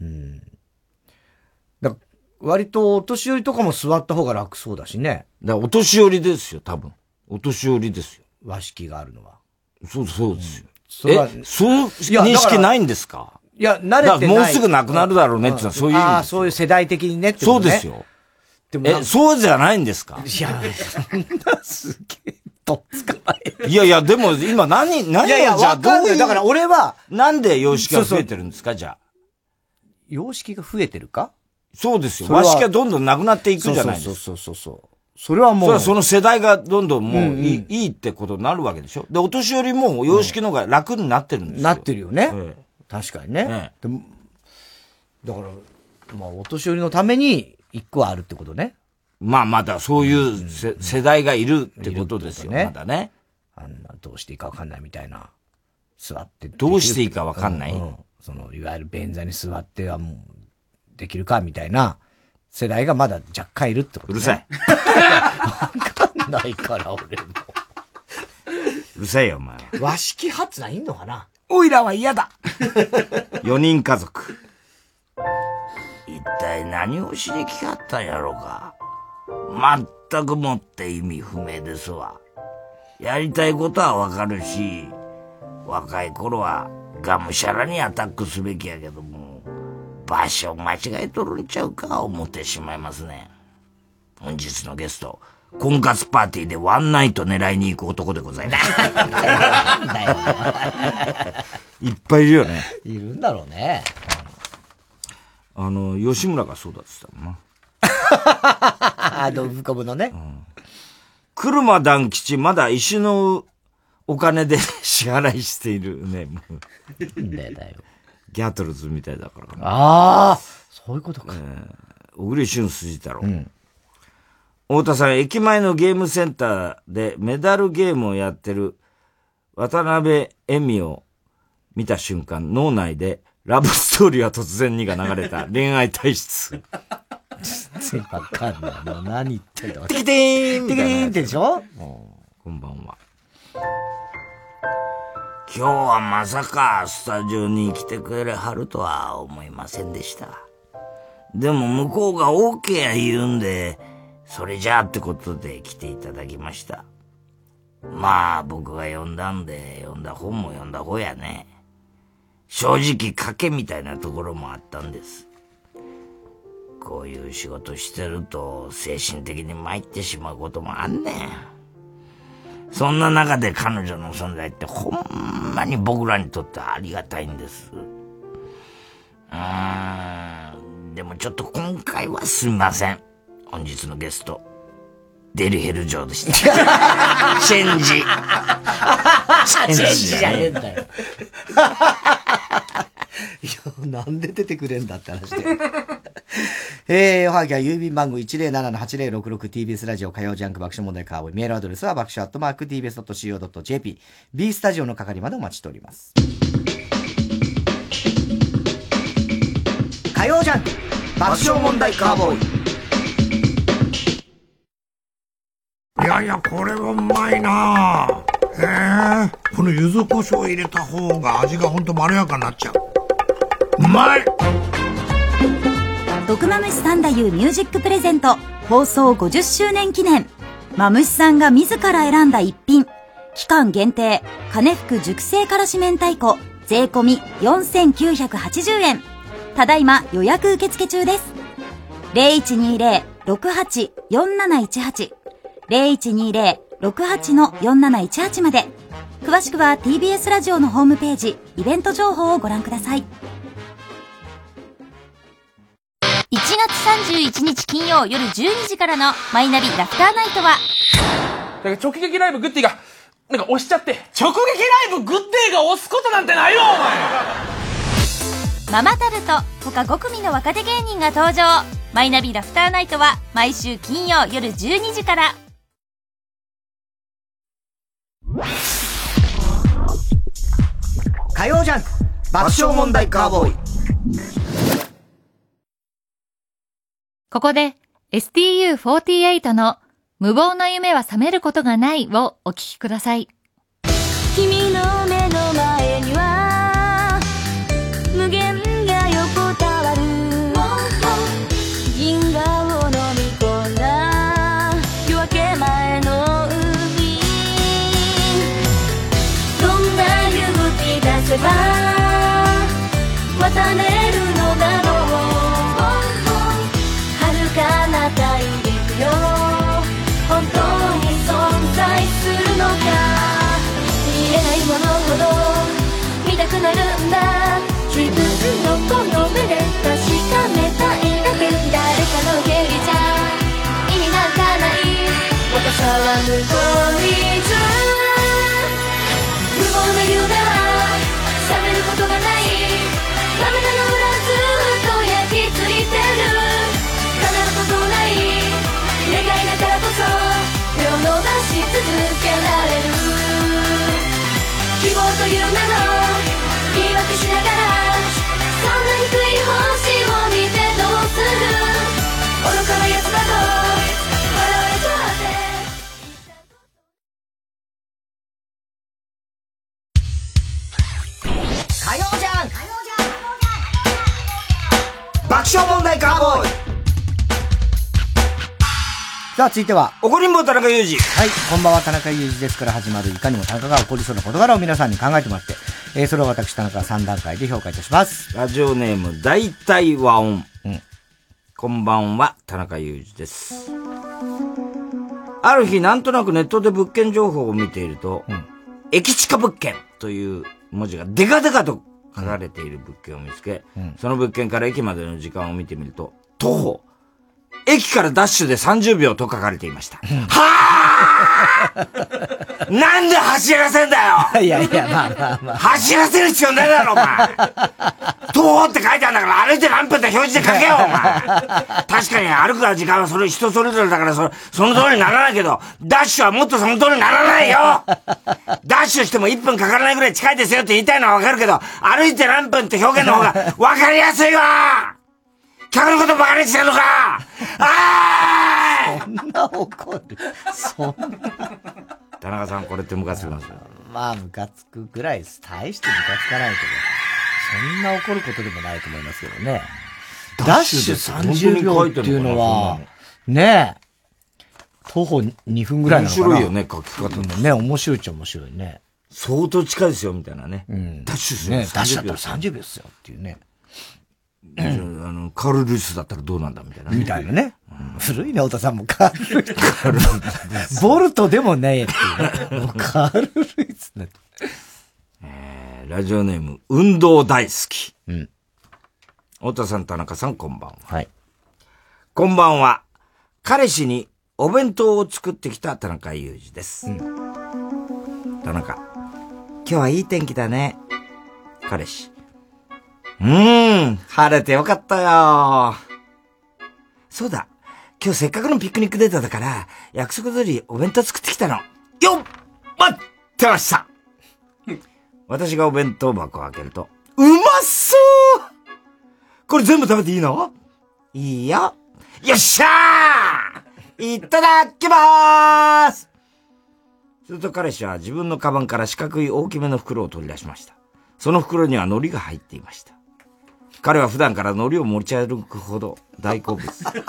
だ割とお年寄りとかも座った方が楽そうだしね。 だからお年寄りですよ、多分。お年寄りですよ。 和式があるのは。 そうですよ。そう認識ないんですか？ いや、慣れてない。 もうすぐなくなるだろうねってのはそういう意味ですよ。 そういう世代的にねってことね。 そうですよ。でもそうじゃないんですか？ いや、そんなすげえとっつかない。 いや、でも今何をじゃあどういう。 だから俺は。 なんで様式が増えてるんですか、じゃあ。 様式が増えてるか？ そうですよ。和式がどんどんなくなっていくじゃないですか。 そう。それはもう。 その世代がどんどんもういいってことになるわけでしょ。で、お年寄りも様式の方が楽になってるんですよ。 なってるよね。確かにね。でもだから、まあ、お年寄りのために一個はあるってことね。 まあ、まだそういう世代がいるってことですよ、まだね。 あんな、どうしていいかわかんないみたいな。座って。 どうしていいかわかんない、 その、いわゆる便座に座ってはもう、できるかみたいな世代がまだ若干いるってことね。 うるさい。 わかんないから、俺も。 うるさいよ、お前。 和式派ってのはいんのかな？ おいらは嫌だ。4人家族。一体何をしに来はったんやろうか。全くもって意味不明ですわ。やりたいことはわかるし、若い頃はがむしゃらにアタックすべきやけども、場所間違えとるんちゃうか思ってしまいますね。本日のゲスト、婚活パーティーでワンナイト狙いに行く男でございます。いっぱいいるよね。 いるんだろうね。 吉村がそうだって言ったもんな。 ドブコブのね。 車団吉、まだ石のお金で支払いしているね。 だよ。 ギャトルズみたいだから。 ああ、そういうことか。 小栗旬筋太郎。太田さん、駅前のゲームセンターでメダルゲームをやってる渡辺恵美を見た瞬間、脳内でラブストーリーは突然にが流れた恋愛体質。 全然わかんない。もう何言ってんだ。 テキテーンテキテーンってでしょ？ こんばんは。今日はまさかスタジオに来てくれはるとは思いませんでした。でも向こうが OK や言うんで、それじゃあってことで来ていただきました。まあ僕が読んだんで、読んだ本も読んだ方やね。正直賭けみたいなところもあったんです。こういう仕事してると精神的に参ってしまうこともあんねん。そんな中で彼女の存在ってほんまに僕らにとってありがたいんです。でもちょっと今回はすみません。本日のゲスト、デリヘル嬢でした。チェンジ。チェンジじゃねえんだよ。いや、なんで出てくれんだって話で。おはぎは郵便番号 107-8066TBS ラジオ火曜ジャンク爆笑問題カーボーイ。メールアドレスは爆笑@tbs.co.jp。B スタジオの係までお待ちしております。火曜ジャンク爆笑問題カーボーイ。 いやいや、これはうまいなぁ。この柚子胡椒を入れた方が味がほんとまろやかになっちゃう。うまい。 毒マムシ三太夫ミュージックプレゼント放送50周年記念。マムシさんが自ら選んだ一品。期間限定、金福熟成からし明太子、税込み4980円。ただいま予約受付中です。0120-68-4718 0120-68-4718 まで。詳しくは TBS ラジオのホームページ、イベント情報をご覧ください。 1月31日金曜夜12時からのマイナビラフターナイトは、 直撃ライブグッディがなんか押しちゃって。直撃ライブグッディが押すことなんてないよおママタルト他5組の若手芸人が登場。マイナビラフターナイトは毎週金曜夜12時から。 火曜ジャンク爆笑問題カーボーイ。 ここで STU48 の無謀な夢は覚めることがないをお聞きください。 君の目の前には無限が横たわる。銀河を飲み込んだ夜明け前の海。どんな勇気出せば渡れるのだろう。遥かな大陸よ本当に存在するのか。見えないものほど見たくなるんだ。自分のこの目で確かめたいだけ。誰かの原理じゃ意味なんかない。私は向こうにいる。無謀な夢は覚めることがない。涙の裏ずっと焼き付いてる。叶うことない願いだからこそ手を伸ばし続けられる。希望という名の言い訳しながらそんな低い星を見てどうする。愚かな奴だと笑われたって火曜ジャンク爆笑問題カーボーイ。さあ、続いては、 怒りんぼ田中裕二。 はい、こんばんは、田中裕二ですから始まる、いかにも田中が起こりそうな事柄を皆さんに考えてもらって、それを私、田中が3段階で評価いたします。 ラジオネーム、大体和音。こんばんは、田中裕二です。ある日、なんとなくネットで物件情報を見ていると、駅近物件という文字がデカデカと書かれている物件を見つけ、その物件から駅までの時間を見てみると、徒歩。駅からダッシュで30秒と書かれていました。はぁなんで走らせんだよ。 いやいや、まあ。 走らせる必要ないだろ、お前。徒歩って書いてあるんだから歩いて何分って表示で書けよ、お前。確かに歩く時間は人それぞれだからその通りにならないけど、ダッシュはもっとその通りにならないよ。ダッシュしても1分かからないぐらい近いですよって言いたいのはわかるけど、歩いて何分って表現の方がわかりやすいわ。客のことバカにしてんのか。 そんな怒る。そんな。 田中さん、これってムカつきますよ。 まあ、ムカつくぐらいです。大してムカつかないけど。そんな怒ることでもないと思いますけどね。ダッシュ30秒っていうのは、ねえ、徒歩2分ぐらいなのかな。 面白いよね、書き方。 ね、面白いっちゃ面白いね。 相当近いですよ、みたいなね。ダッシュするね、ダッシュだったら30秒ですよっていうね。 カール・ルイスだったらどうなんだみたいな。 みたいなね。古いね、太田さんもカール・ルイス。ボルトでもねえっていうね。カール・ルイスね。 ラジオネーム、運動大好き。太田さん、田中さん、こんばんは。 はい。 こんばんは。彼氏にお弁当を作ってきた田中裕二です。田中、今日はいい天気だね。彼氏。晴れてよかったよ。そうだ。今日せっかくのピクニックデートだから、約束通りお弁当作ってきたの。よっ待ってました私がお弁当箱を開けると、うまそうこれ全部食べていいの？いいよ。よっしゃーいただきまーす。すると彼氏は自分のカバンから四角い大きめの袋を取り出しました。その袋には海苔が入っていました。 彼は普段から海苔を持ち歩くほど大好物。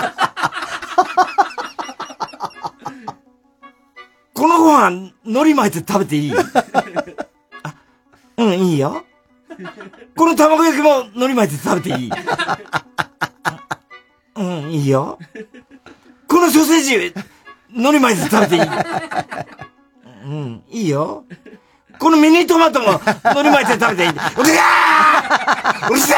このご飯、海苔巻いて食べていい？うん、いいよ。この卵焼きも海苔巻いて食べていい？うん、いいよ。このソーセージ、海苔巻いて食べていい？うん、いいよ。このミニトマトも海苔巻いて食べていい？うるせ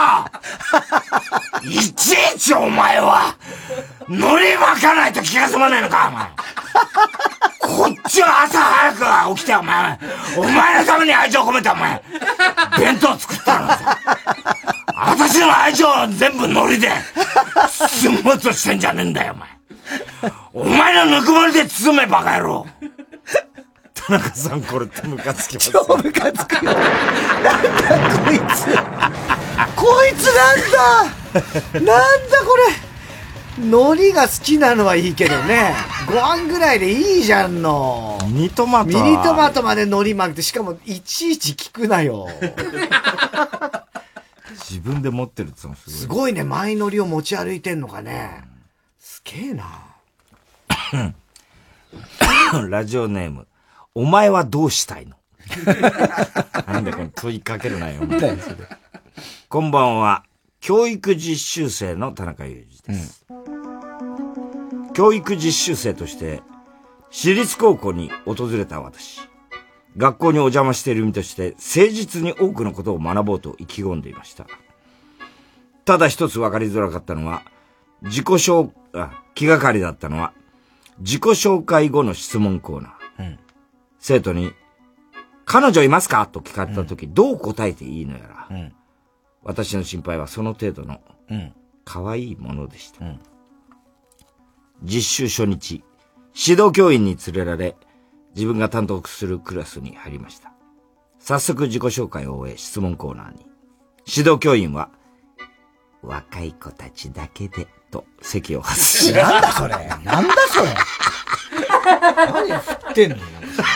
えよ！いちいちお前は、海苔巻かないと気が済まないのか、お前。こっちは朝早く起きて、お前のために愛情込めて、お前、弁当作ったのさ。私の愛情を全部海苔で包もうとしてんじゃねえんだよ、お前。お前のぬくもりで包め、バカ野郎。田中さん、これってムカつきます。 超ムカつくよ。なんだこいつ。こいつなんだこれ。海苔が好きなのはいいけどね。ご飯ぐらいでいいじゃんの。 ミニトマトまで海苔巻くて、しかもいちいち聞くなよ。 自分で持ってるってのすごい。 すごいね。マイ海苔を持ち歩いてんのかね。すげえな。 ラジオネーム。お前はどうしたいの？なんでこの問いかけるなよ。こんばんは。教育実習生の田中裕二です。教育実習生として、私立高校に訪れた私。学校にお邪魔している身として、誠実に多くのことを学ぼうと意気込んでいました。ただ一つ分かりづらかったのは、気がかりだったのは、自己紹介後の質問コーナー。生徒に、彼女いますかと聞かれたとき、どう答えていいのやら。私の心配はその程度の、可愛いものでした。実習初日、指導教員に連れられ、自分が担当するクラスに入りました。早速自己紹介を終え、質問コーナーに。指導教員は、若い子たちだけで、と席を外し。 なんだそれ。何振ってんのよ。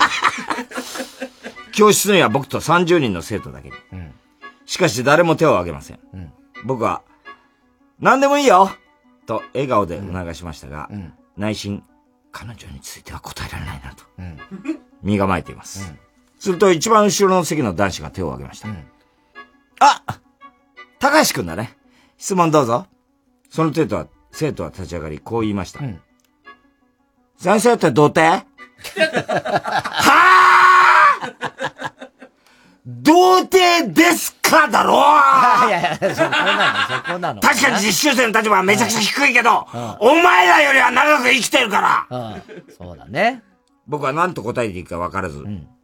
教室には僕と30人の生徒だけに。しかし誰も手を挙げません。僕は、何でもいいよと笑顔で促しましたが、内心、彼女については答えられないなと、身構えています。すると一番後ろの席の男子が手を挙げました。あ、高橋くんだね。質問どうぞ。その生徒は立ち上がり、こう言いました。先生って童貞？はぁ童貞ですかだろう。 いや、そこなの。 確かに実習生の立場はめちゃくちゃ低いけど、お前らよりは長く生きてるから。 そうだね。 僕は何と答えていいか分からず、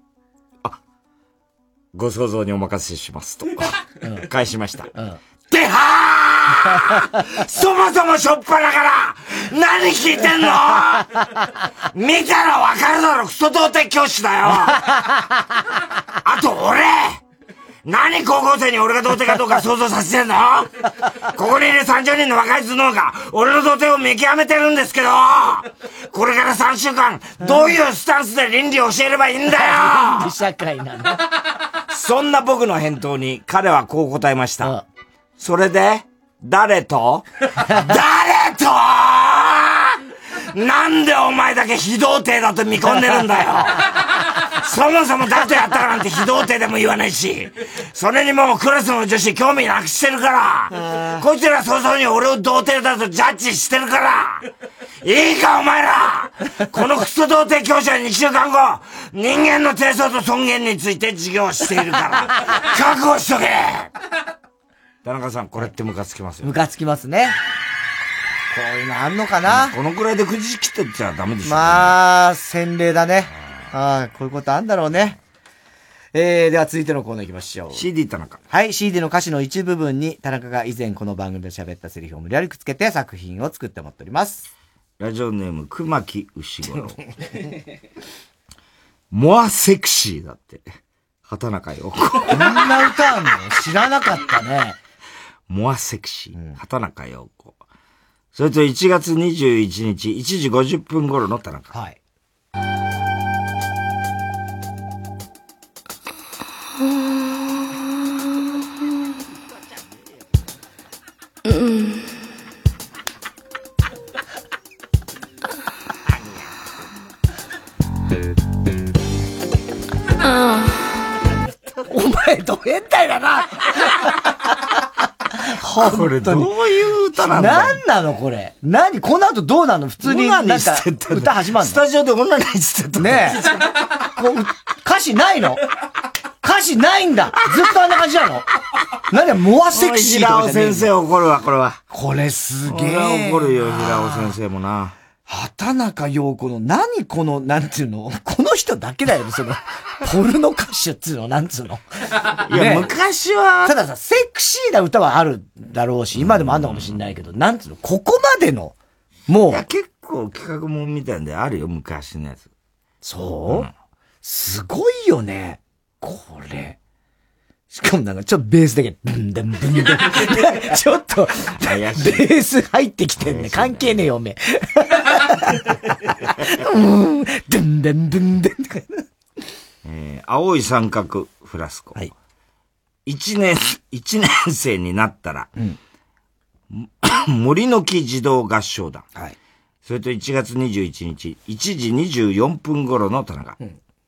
ご想像にお任せしますと、返しました。ではーそもそもしょっぱなから何聞いてんの見たらわかるだろ、クソ童貞教師だよ。あと俺何高校生に俺が童貞かどうか想像させてんの？ここにいる30人の若い頭脳が俺の童貞を見極めてるんですけど、これから3週間どういうスタンスで倫理を教えればいいんだよ。 倫理社会なの。 そんな僕の返答に彼はこう答えました。それで誰となんでお前だけ非童貞だと見込んでるんだよ。そもそも誰とやったかなんて非童貞でも言わないし、それにもうクラスの女子興味なくしてるから、こいつら早々に俺を童貞だとジャッジしてるから、いいかお前ら、このクソ童貞教師は2週間後、人間の低層と尊厳について授業しているから、覚悟しとけ。田中さん、これってムカつきますよ。 ムカつきますね。こういうのあんのかな。 このくらいでくじ切ってっちゃダメでしょ。 まあ、洗礼だね。こういうことあんだろうね。では続いてのコーナー行きましょう。 CD 田中。 はい、CD の歌詞の一部分に田中が以前この番組で喋ったセリフを無理やりくっつけて作品を作ってもらっております。 ラジオネーム、熊木牛五郎。モアセクシーだって。畑中陽子。 こんな歌あんの？知らなかったね。 モアセクシー。畑中陽子。それと1月21日1時50分頃の田中。 はい。 前、ド変態だな。 これどういう歌なんだよ。 何なのこれ。この後どうなの普通になんか歌始まるの。 スタジオで女にしてたねえ。歌詞ないの？歌詞ないんだ。ずっとあんな感じなの？モアセクシーとかじゃねえ。 平尾先生怒るわ、これは。 これすげえ。 怒るよ、平尾先生もな。 畑中陽子のこの、なんていうのこの人だけだよね、ポルノ歌手っつうの、なんつうの。 いや、昔は。 たださ、セクシーな歌はあるだろうし、今でもあんのかもしんないけど、なんつうの、ここまでの、もう。いや、 結構企画もんみたいんであるよ、昔のやつ。 そう、すごいよね。これ。しかもなんかちょっとベースだけ、ブンブンブンブン。ちょっと、ベース入ってきてんね。関係ねえよ、おめえ。ドンドンブンブン。 青い三角フラスコ。一年生になったら、森の木児童合唱団。それと1月21日、1時24分頃の田中。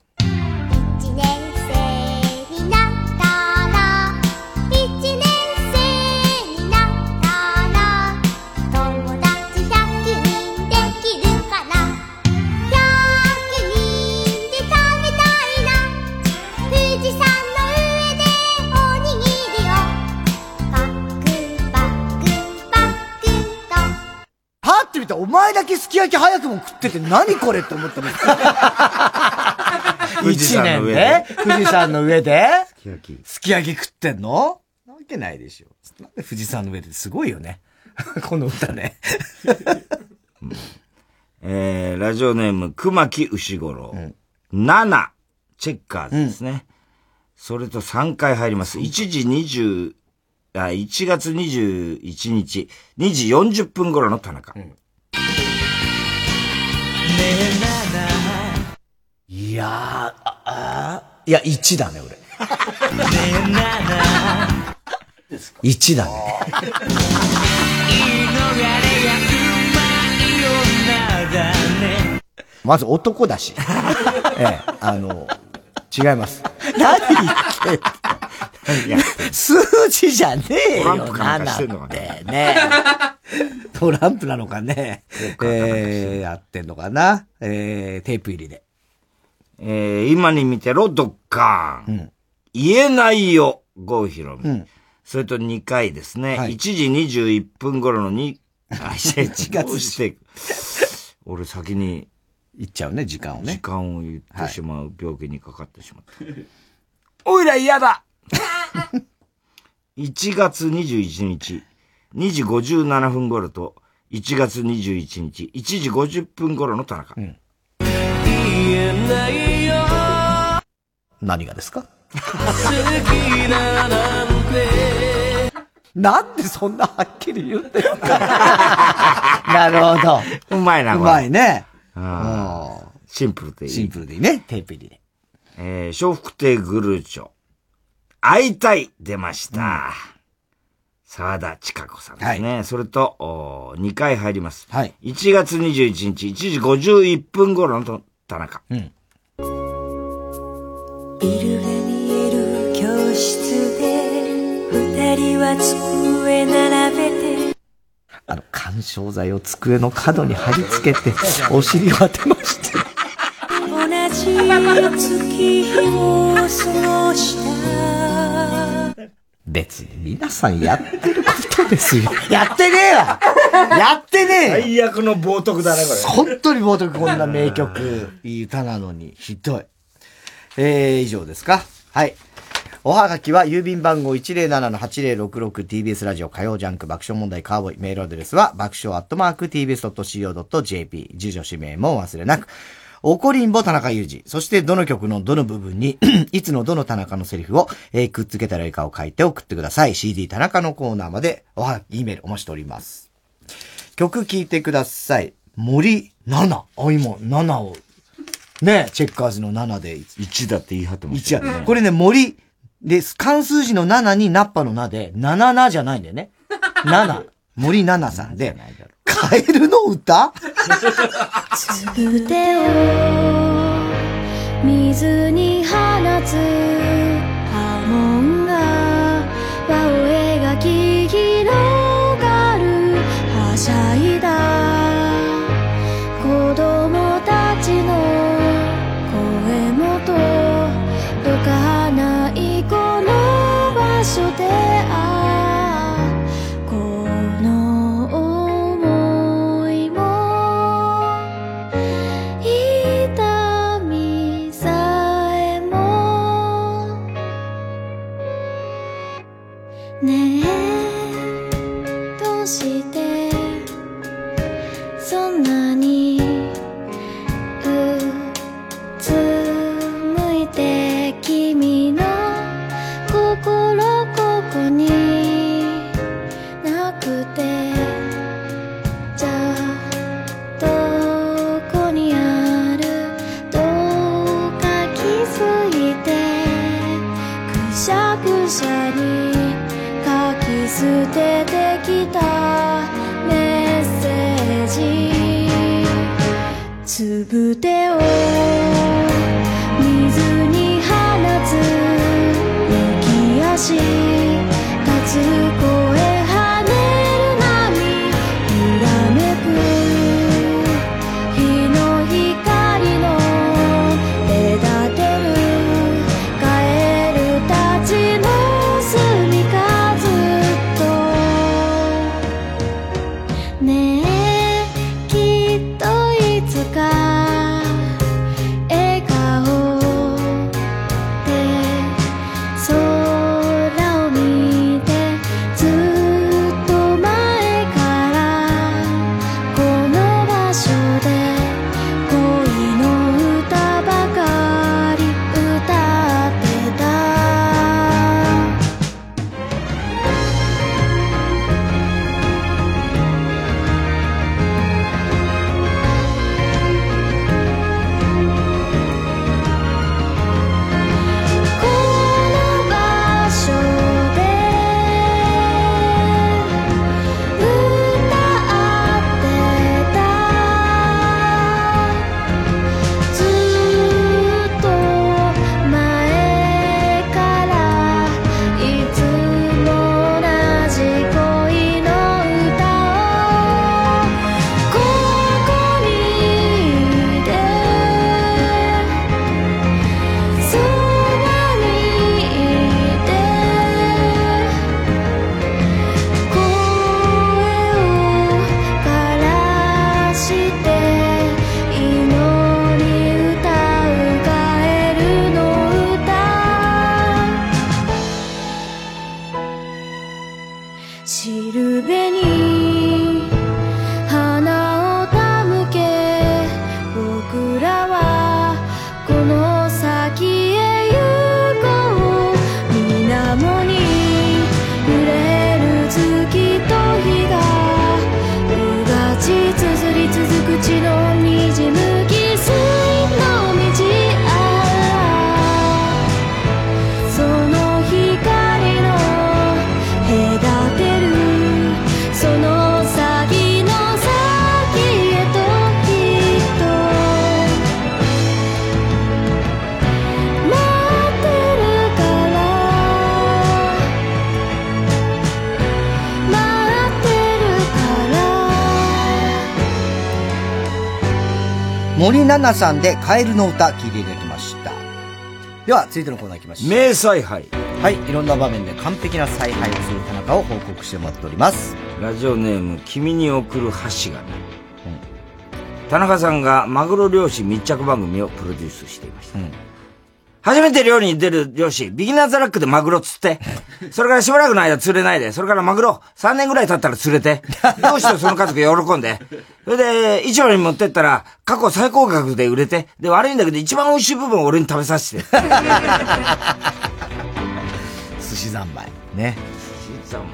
お前だけすき焼き早くも食ってて何これって思ってる。1年で富士山の上ですき焼き食ってんの？なわけないでしょ。なんで富士山の上ですごいよね。この歌ね。 ラジオネーム熊木牛五郎。7チェッカーズですね。それと3回入ります。1月21日、2時40分頃の田中。 いや1だね、俺。1だね。まず男だし。違います。何言って数字じゃねえよ。 トランプかなんかしてんのかね。ねトランプなのかね。やってんのかな。テープ入りで。 今に見てろ、ドッカーン。言えないよ、郷ひろみ。それと2回ですね。1時21分頃の1月して、俺先に言っちゃうね、時間をね。 時間を言ってしまう病気にかかってしまった。おいら嫌だ1月21日、2時57分頃と、1月21日、1時50分頃の田中。 何がですか？なんでそんなはっきり言うんだよ。なるほど。 うまいな、 うまいね。 シンプルでいい。 シンプルでいいね。テープ入りで。笑福亭グルーチョ。会いたい出ました。沢田千佳子さんですね。それと、2回入ります。1月21日、1時51分頃の田中。 ビルが見える教室で、二人は机並べて。 緩衝材を机の角に貼り付けて、お尻を当てまして。 同じ月日を過ごした。 別に皆さんやってることですよ。やってねえわやってねえよ最悪の冒涜だね、これ。 本当に冒涜、こんな名曲、いい歌なのに、ひどい。以上ですか。はい。おはがきは郵便番号 107-8066 TBS ラジオ火曜ジャンク爆笑問題カーボーイ。メールアドレスは爆笑@tbs.co.jp。住所氏名も忘れなく。おこりんぼ田中裕二。そしてどの曲のどの部分にいつのどの田中のセリフを、くっつけたらいいかを書いて送ってください。CD 田中のコーナーまでおはがき、E メールお待ちしております。曲聴いてください。森7。今7を。ね、チェッカーズの7で。 1だって言い張ってましたよね。 これね、森で、関数字の7にナッパの7で、77じゃないんだよね。7。森7さんで、カエルの歌つぶてを水に放つ波紋ねえどうしてそんなにうつむいて君の心ここになくてじゃあどこにあるどうか気づいてくしゃくしゃに書き捨ててきたメッセージつぶてを水に放つ浮き足立つ声跳ねる波揺らめく日の光の隔てるカエルたちの住みかずっとねえきっといつか笑顔で空を見てずっと前からこの場所で恋の歌ばかり歌ってたこの場所で歌ってたずっと前からいつも同じ恋の歌をここにいてそばにいて声をからして祈り歌うカエルの歌しるべに花を手向け僕らはこの先へ行こう水面に揺れる月と日がうがち綴り続く血のにじむ汽水の道その光の隔てるその先の先へときっと待ってるから待ってるから森七菜さんでカエルの歌聞いていただきました。では続いてのコーナー行きましょう。 名采配。 はい、いろんな場面で完璧な采配をする田中を報告してもらっております。 ラジオネーム君に送る箸がね、田中さんがマグロ漁師密着番組をプロデュースしていました、初めて漁に出る漁師ビギナーズラックでマグロ釣ってそれからしばらくの間釣れないでそれからマグロ3年ぐらい経ったら釣れて漁師とその家族喜んでそれで市場に持ってったら過去最高額で売れてで悪いんだけど一番美味しい部分を俺に食べさせて寿司三昧ね。 寿司三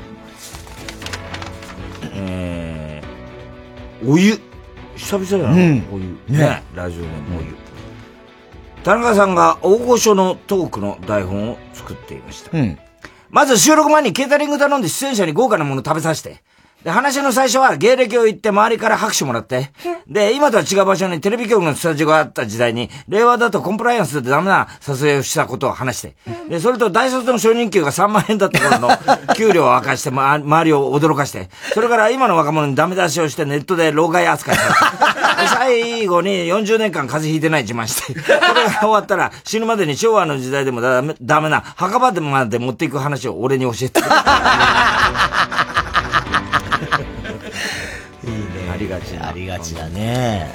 昧お湯久々だな、お湯ねラジオネームお湯。田中さんが大御所のトークの台本を作っていました。まず収録前にケータリング頼んで出演者に豪華なもの食べさせて。で、話の最初は芸歴を言って周りから拍手もらって。で、今とは違う場所にテレビ局のスタジオがあった時代に、令和だとコンプライアンスでダメな撮影をしたことを話して。で、それと大卒の初任給が3万円だった頃の給料を明かして、周りを驚かして。それから今の若者にダメ出しをしてネットで老害扱いされて。で、最後に40年間風邪ひいてない自慢して。それが終わったら死ぬまでに昭和の時代でもダメな墓場まで持っていく話を俺に教えて。 いいね。 ありがちな。 ありがちだね。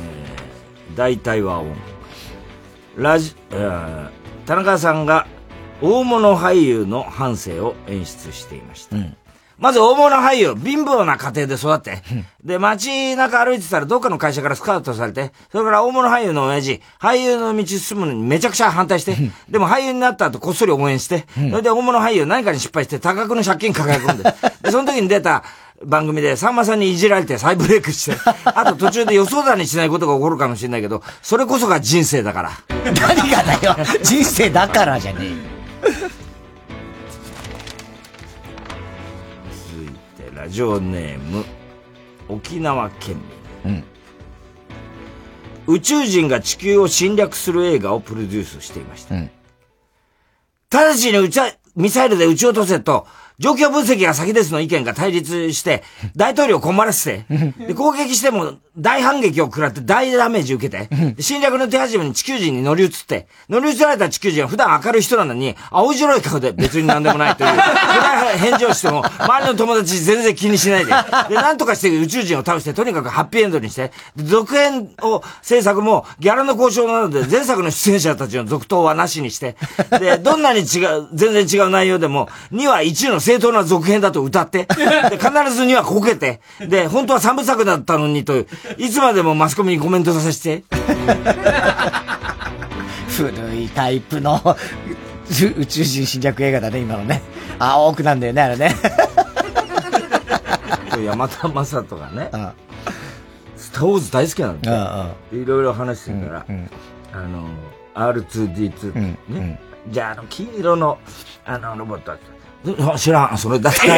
大体は音。田中さんが大物俳優の半生を演出していました。まず大物俳優、貧乏な家庭で育って、で、街中歩いてたらどっかの会社からスカウトされて、それから大物俳優の親父、俳優の道進むのにめちゃくちゃ反対して、でも俳優になった後こっそり応援して、それで大物俳優何かに失敗して多額の借金抱え込んで、で、その時に出た番組でさんまさんにいじられて再ブレイクして、あと途中で予想だにしないことが起こるかもしれないけど、それこそが人生だから。 何がだよ、人生だからじゃねえよ。 ラジオネーム沖縄県民、宇宙人が地球を侵略する映画をプロデュースしていました。直ちにミサイルで撃ち落とせと状況分析が先ですの意見が対立して大統領を困らせてで攻撃しても大反撃を食らって大ダメージ受けて侵略の手始めに地球人に乗り移って乗り移られた地球人は普段明るい人なのに青白い顔で別に何でもないという返事をしても周りの友達全然気にしないでなんとかして宇宙人を倒してとにかくハッピーエンドにして続編を制作もギャラの交渉なので前作の出演者たちの続投はなしにしてでどんなに全然違う内容でも2は1の正当な続編だと歌って、で、必ず2はこけて、で、本当は3部作だったのにと、いつまでもマスコミにコメントさせて。 古いタイプの宇宙人侵略映画だね、今のね。青くなんだよね、あれね。 山田正人がね、スターウォーズ大好きなんだって、いろいろ話してるから、R2D2 ね。じゃあ、金色の、ロボット知らん、それだって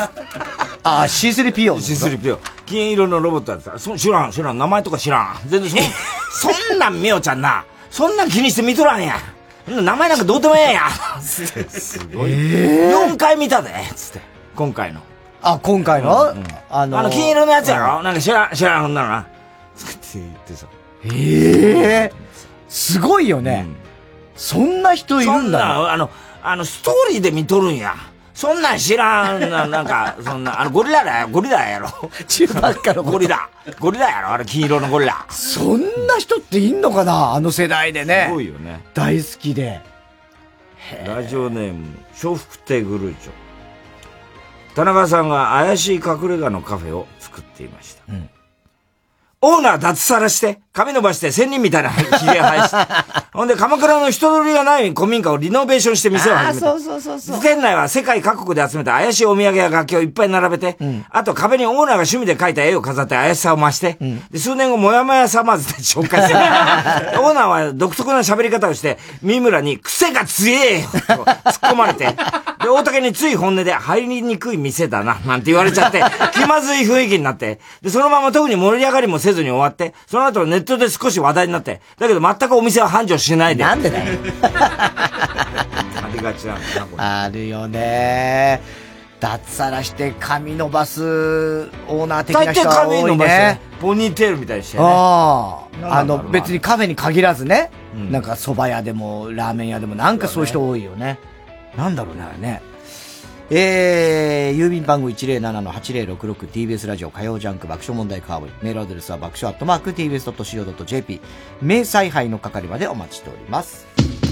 C3PO。 C3PO。金色のロボットだったら、知らん、名前とか知らん。全然そんなんみおちゃんな、そんなん気にして見とらんや。名前なんかどうでもええや。すごい。4回見たで、つって。今回の。 今回の金色のやつやろなんか知らん、ほんなのな。つって言ってさ。 すごいよね。そんな人いるんだ。 ストーリーで見とるんや。そんなん知らん、なんか、そんな、ゴリラやろ。 中ばっかのゴリラやろ、金色のゴリラ。 そんな人っていんのかな、あの世代でね。 すごいよね。 大好きで。 ラジオネーム、笑福亭グルーチョ。田中さんが怪しい隠れ家のカフェを作っていました。オーナー脱サラして、髪伸ばして仙人みたいな髭生やして、ほんで鎌倉の人通りがない古民家をリノベーションして店を始めた。そう。店内は世界各国で集めた怪しいお土産や楽器をいっぱい並べて、あと壁にオーナーが趣味で描いた絵を飾って怪しさを増して、で数年後もやもやサマーズで紹介する。オーナーは独特な喋り方をして、三村に癖が強えよと突っ込まれて、で大竹につい本音で入りにくい店だななんて言われちゃって、気まずい雰囲気になって、でそのまま特に盛り上がりもせずに終わって、その後ネットで少し話題になって、だけど全くお店は繁盛しないで。 なんでだよ。 ありがちなんだな、これ。 あるよね。脱サラして髪伸ばすオーナー的な人が多いね。 ポニーテールみたいにしてね。 別にカフェに限らずね、なんか蕎麦屋でもラーメン屋でもなんかそういう人多いよね。なんだろうね。郵便番号 107-8066 TBS ラジオ火曜ジャンク爆笑問題カーボーイ。メールアドレスは爆笑@tbs.co.jp。名采配の係までお待ちしております。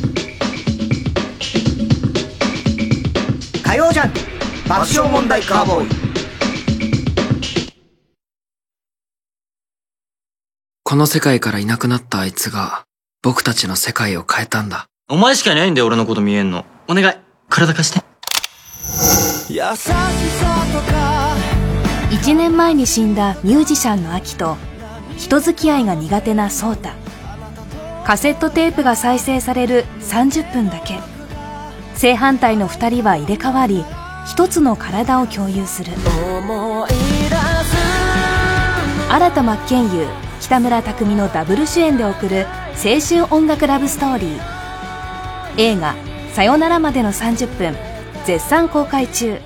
火曜ジャンク爆笑問題カーボーイ。 この世界からいなくなったあいつが僕たちの世界を変えたんだ。 お前しかいないんだよ、俺のこと見えんの。お願い、体貸して。 優しさとか。 1年前に死んだミュージシャンのアキと人付き合いが苦手なソータ。カセットテープが再生される30分だけ。正反対の2人は入れ替わり、一つの体を共有する。新田真剣佑、北村匠海のダブル主演で送る青春音楽ラブストーリー。映画「さよならまでの30分」絶賛公開中。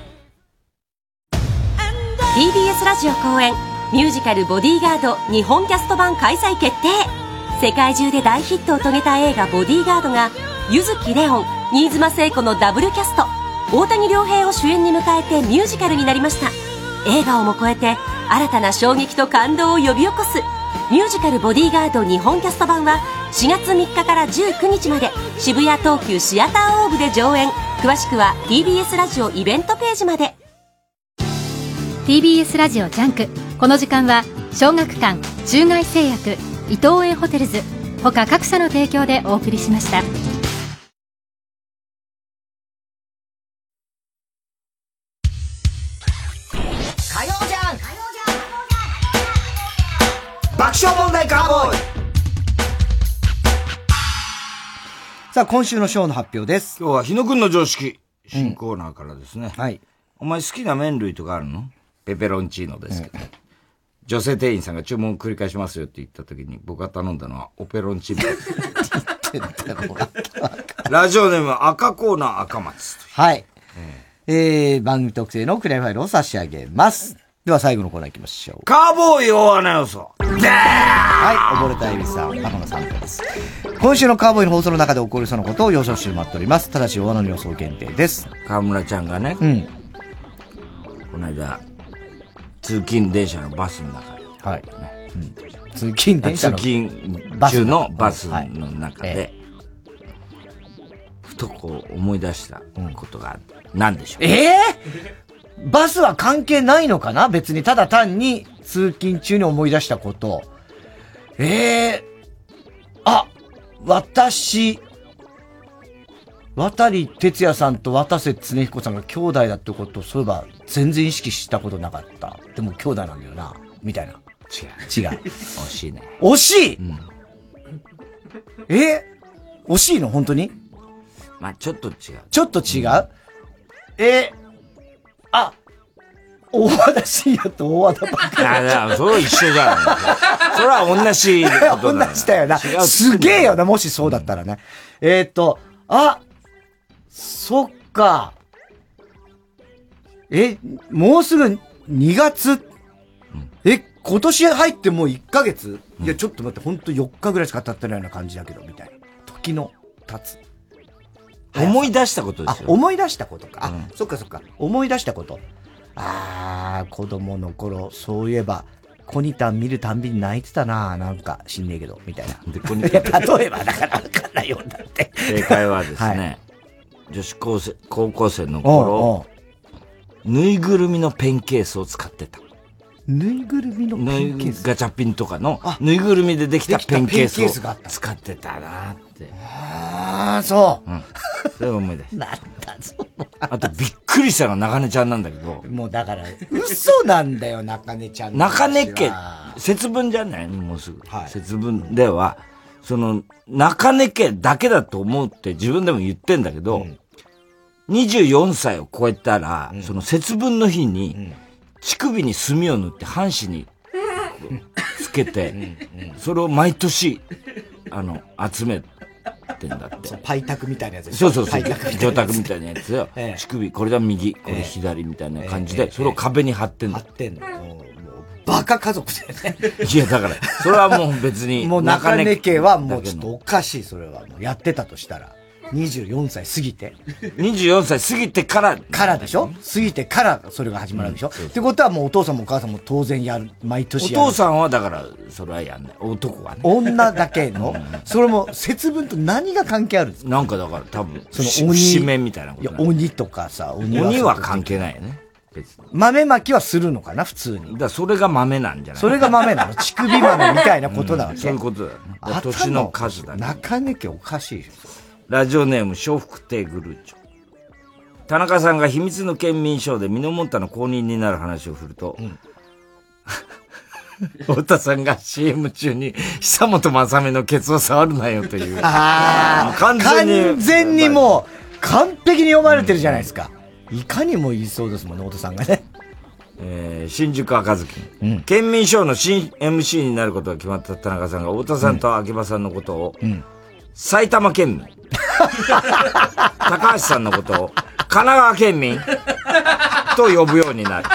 TBS ラジオ公演ミュージカルボディーガード日本キャスト版開催決定。世界中で大ヒットを遂げた映画ボディーガードが柚木玲音、新妻聖子のダブルキャスト、大谷亮平を主演に迎えてミュージカルになりました。映画をも超えて新たな衝撃と感動を呼び起こすミュージカルボディーガード日本キャスト版は 4月3日から19日まで渋谷東急シアターオーブで上演。詳しくは TBS ラジオイベントページまで。 TBS ラジオジャンク。この時間は小学館、中外製薬、伊東園ホテルズ他各社の提供でお送りしました。 火曜じゃん爆笑問題カーボーイ。さあ、今週のショーの発表です。 今日は日野くんの常識新コーナーからですね。はい。お前好きな麺類とかあるの？ペペロンチーノですけど。女性店員さんが注文繰り返しますよって言った時に僕が頼んだのはオペロンチーノ。ラジオネーム赤コーナー赤松。 はい。番組特製のクレアファイルを差し上げます。では最後のコーナー行きましょう。 カーボーイ大穴予想。 はい、溺れたエビさん、中野さんです。今週のカーボーイの放送の中で起こりそうなことを予想して待っております。ただし大穴の予想限定です。 河村ちゃんがね、この間、通勤電車のバスの中で。 はい。通勤電車の通勤中のバスの中で、ふとこう思い出したことが何でしょう。 バスは関係ないのかな？別にただ単に通勤中に思い出したこと。渡哲也さんと渡瀬恒彦さんが兄弟だってことをそういえば全然意識したことなかった。でも兄弟なんだよな、みたいな。違う。 惜しいね。 惜しい、惜しいの本当に？ まあちょっと違う。 ちょっと違う？大和田伸也と大和田バカ。 いや、それは一緒じゃない。それは同じことだよ。 同じだよな。すげえよな、もしそうだったらね。そっか。もうすぐ2月？今年入ってもう1ヶ月？いや、ちょっと待って、ほんと4日ぐらいしか経ってないような感じだけど、みたいな。時の経つ。 思い出したことですよ。 思い出したことか。そっか。思い出したこと。子供の頃、そういえば、コニタン見るたんびに泣いてたな、なんか、知んねえけど、みたいな。で、例えば、だからわかんないようになって。 正解はですね、女子高校生の頃、ぬいぐるみのペンケースを使ってた。 ぬいぐるみのペンケース？ ガチャピンとかの、ぬいぐるみでできたペンケースを使ってたなって。 そう。 それを思い出す。 なんだぞ。 あと、びっくりしたのは中根ちゃんなんだけど。 もうだから、嘘なんだよ、中根ちゃん。 中根家、節分じゃないもうすぐ。節分では、中根家だけだと思うって自分でも言ってんだけど、24歳を超えたら、その節分の日に、乳首に墨を塗って半紙につけて、それを毎年、集めてんだって。 パイタクみたいなやつそう。上卓みたいなやつよ。乳首、これが右、これ左みたいな感じで、それを壁に貼ってんだ。 貼ってんの。もう、バカ家族だよね。 いや、だから、それはもう別に。 もう中根家はもうちょっとおかしい、それは。もうやってたとしたら。24歳過ぎて。 24歳過ぎてから。 からでしょ？過ぎてからそれが始まるでしょ？ってことはもうお父さんもお母さんも当然やる。毎年やる。 お父さんはだから、それはやんない。男はね。 女だけのそれも節分と何が関係あるんですか？ なんかだから多分、その鬼。節目みたいなこと。 いや、鬼とかさ、 鬼は関係ないよね。 豆まきはするのかな普通に。 だからそれが豆なんじゃない？ それが豆なの？乳首豆みたいなことだわけ。 そういうことだよね。年の数だね。 中根家おかしい。 ラジオネーム、笑福亭グルーチョ。田中さんが秘密の県民賞でミノモンタの公認になる話を振ると、太田さんが CM 中に久本雅美のケツを触るなよという。 完全にもう完璧に読まれてるじゃないですか。いかにも言いそうですもんね、太田さんがね。 新宿赤ずき。県民賞の新 MC になることが決まった田中さんが太田さんと秋葉さんのことを、埼玉県民。高橋さんのことを神奈川県民と呼ぶようになる。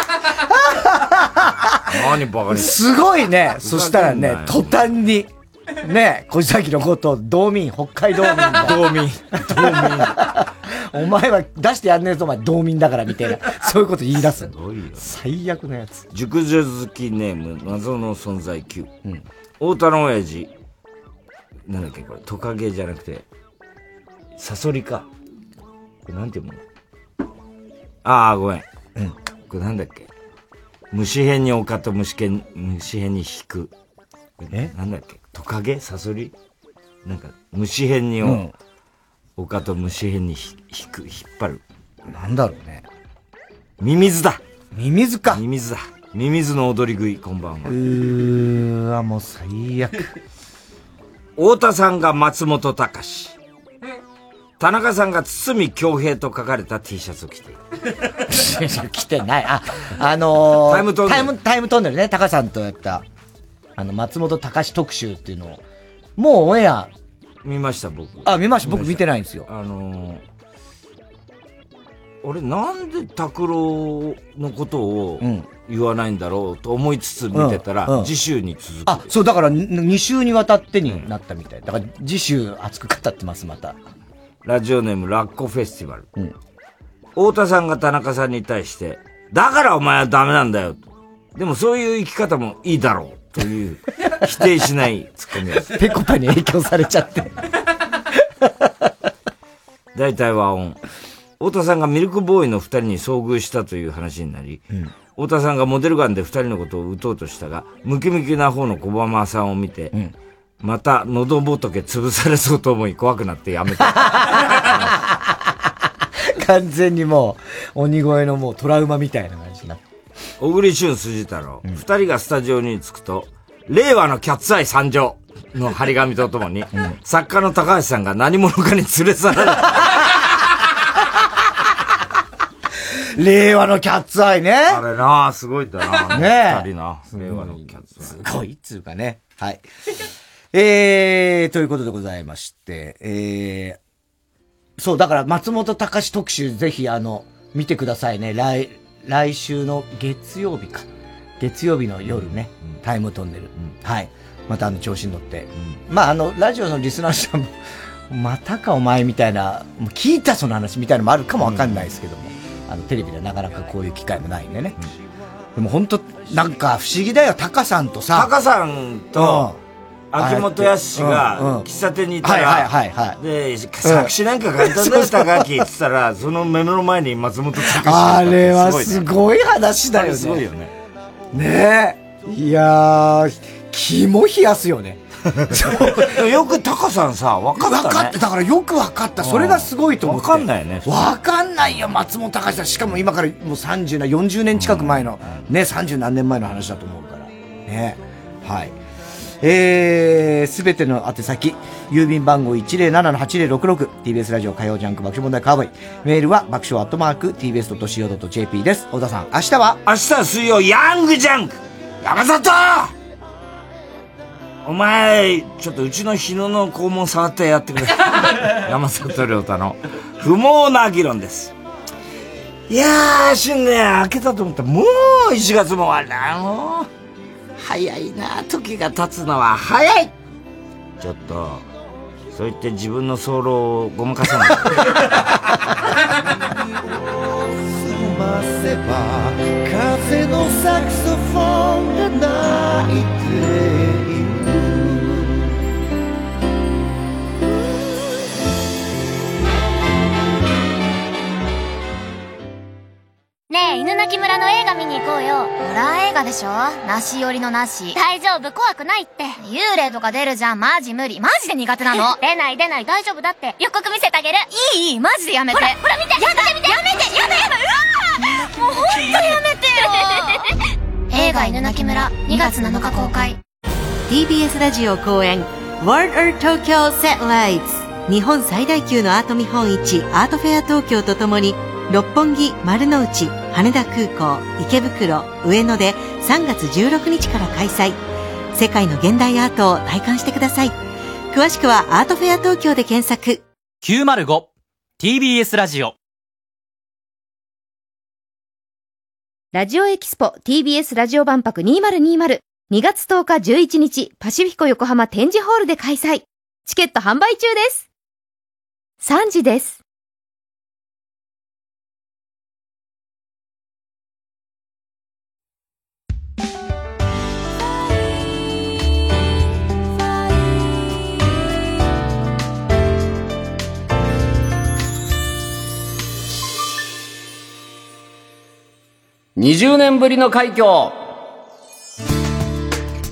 何バカにすごいね。そしたらね、途端にね、小崎のことを道民、北海道民だ。 道民。 お前は出してやんねえぞ、お前道民だからみたいな。そういうこと言い出すの。最悪なやつ。 熟女好きネーム、謎の存在 Q。太田の親父。 なんだっけこれ、トカゲじゃなくて、サソリか。これなんていうもの？ああ、ごめん。うん。これなんだっけ？虫辺に丘と虫辺に引く。なんだっけ？トカゲ？サソリ？なんか、虫辺に丘と虫辺に引っ張る。 なんだろうね。 ミミズだ。 ミミズか。 ミミズだ。ミミズの踊り食い、こんばんは。 もう最悪。 太田さんが松本隆。田中さんが堤恭平と書かれた T シャツを着ている。 着てない。タイムトンネルね。高さんとやった、松本隆特集っていうのを、もうオンエア。 見ました、僕。 見ました。僕見てないんですよ。 俺なんで拓郎のことを言わないんだろうと思いつつ見てたら、次週に続く。 そう、だから2週にわたってになったみたい。だから次週熱く語ってます、また。 ラジオネームラッコフェスティバル。太田さんが田中さんに対して、だからお前はダメなんだよ。でもそういう生き方もいいだろう。という、否定しないツッコミです。 ペコパに影響されちゃって。 大体和音。太田さんがミルクボーイの二人に遭遇したという話になり、太田さんがモデルガンで二人のことを撃とうとしたが、ムキムキな方の小浜さんを見て、また喉仏潰されそうと思い怖くなってやめた。 完全にもう、鬼越のもうトラウマみたいな感じになって。 小栗旬筋太郎、二人がスタジオに着くと、令和のキャッツアイ参上の張り紙とともに、作家の高橋さんが何者かに連れ去られた。 令和のキャッツアイね。 あれなすごいんだなね二人な。令和のキャッツアイ。 すごいっつうかね。はい。ということでございまして、そう、だから松本隆特集ぜひ見てくださいね。来週の月曜日か。月曜日の夜ね、タイムトンネル。はい。また調子に乗って。まあラジオのリスナーさんも、またかお前みたいな、もう聞いたその話みたいなのもあるかもわかんないですけども。テレビでなかなかこういう機会もないんでね。でも本当なんか不思議だよ、タカさんとさ。 タカさんと、秋元康が喫茶店にいたら、で、作詞なんか簡単だよ、高木って言ったら、その目の前に松本隆が。 あれはすごい話だよね。 すごいよね。 ねえ。いやー、肝冷やすよね。 よくタカさんさ、分かったね。 分かって、だからよく分かった。それがすごいと思って。 分かんないよね。 分かんないよ、松本隆さん。しかも今からもう30年、40年近く前の、ね、30何年前の話だと思うから。ね。はい。すべての宛先、郵便番号 107-8066、TBS ラジオ火曜ジャンク爆笑問題カーボーイ。メールは爆笑@tbs.co.jp です。小田さん、明日は水曜、ヤングジャンク山里お前、ちょっとうちの日野の肛門触ってやってくれ。山里亮太の不毛な議論です。いやー、新年明けたと思ったら、もう1月も終わりだよ。早いな、時が経つのは早い。ちょっと、そう言って自分のソロをごまかさない。 ませば風のサクソフォンが鳴いている。 ねえ、犬鳴村の映画見に行こうよ。ホラー映画でしょ？なし寄りのなし。大丈夫、怖くないって。幽霊とか出るじゃん。マジ無理。マジで苦手なの。出ない、大丈夫だって。予告見せてあげる。いい、マジでやめて。ほら見て。やめて。うわーもうほんとにやめてよ。映画犬鳴村、2月7日公開。 TBS ラジオ公演 World Art Tokyo Satellites 日本最大級のアート見本市アートフェア東京とともに六本木、丸の内、羽田空港、池袋、上野で3月16日から開催。世界の現代アートを体感してください。詳しくはアートフェア東京で検索。 905 TBS ラジオラジオエキスポ TBS ラジオ万博2020 2月10日11日パシフィコ横浜展示ホールで開催。チケット販売中です。3時です。 20年ぶりの快挙。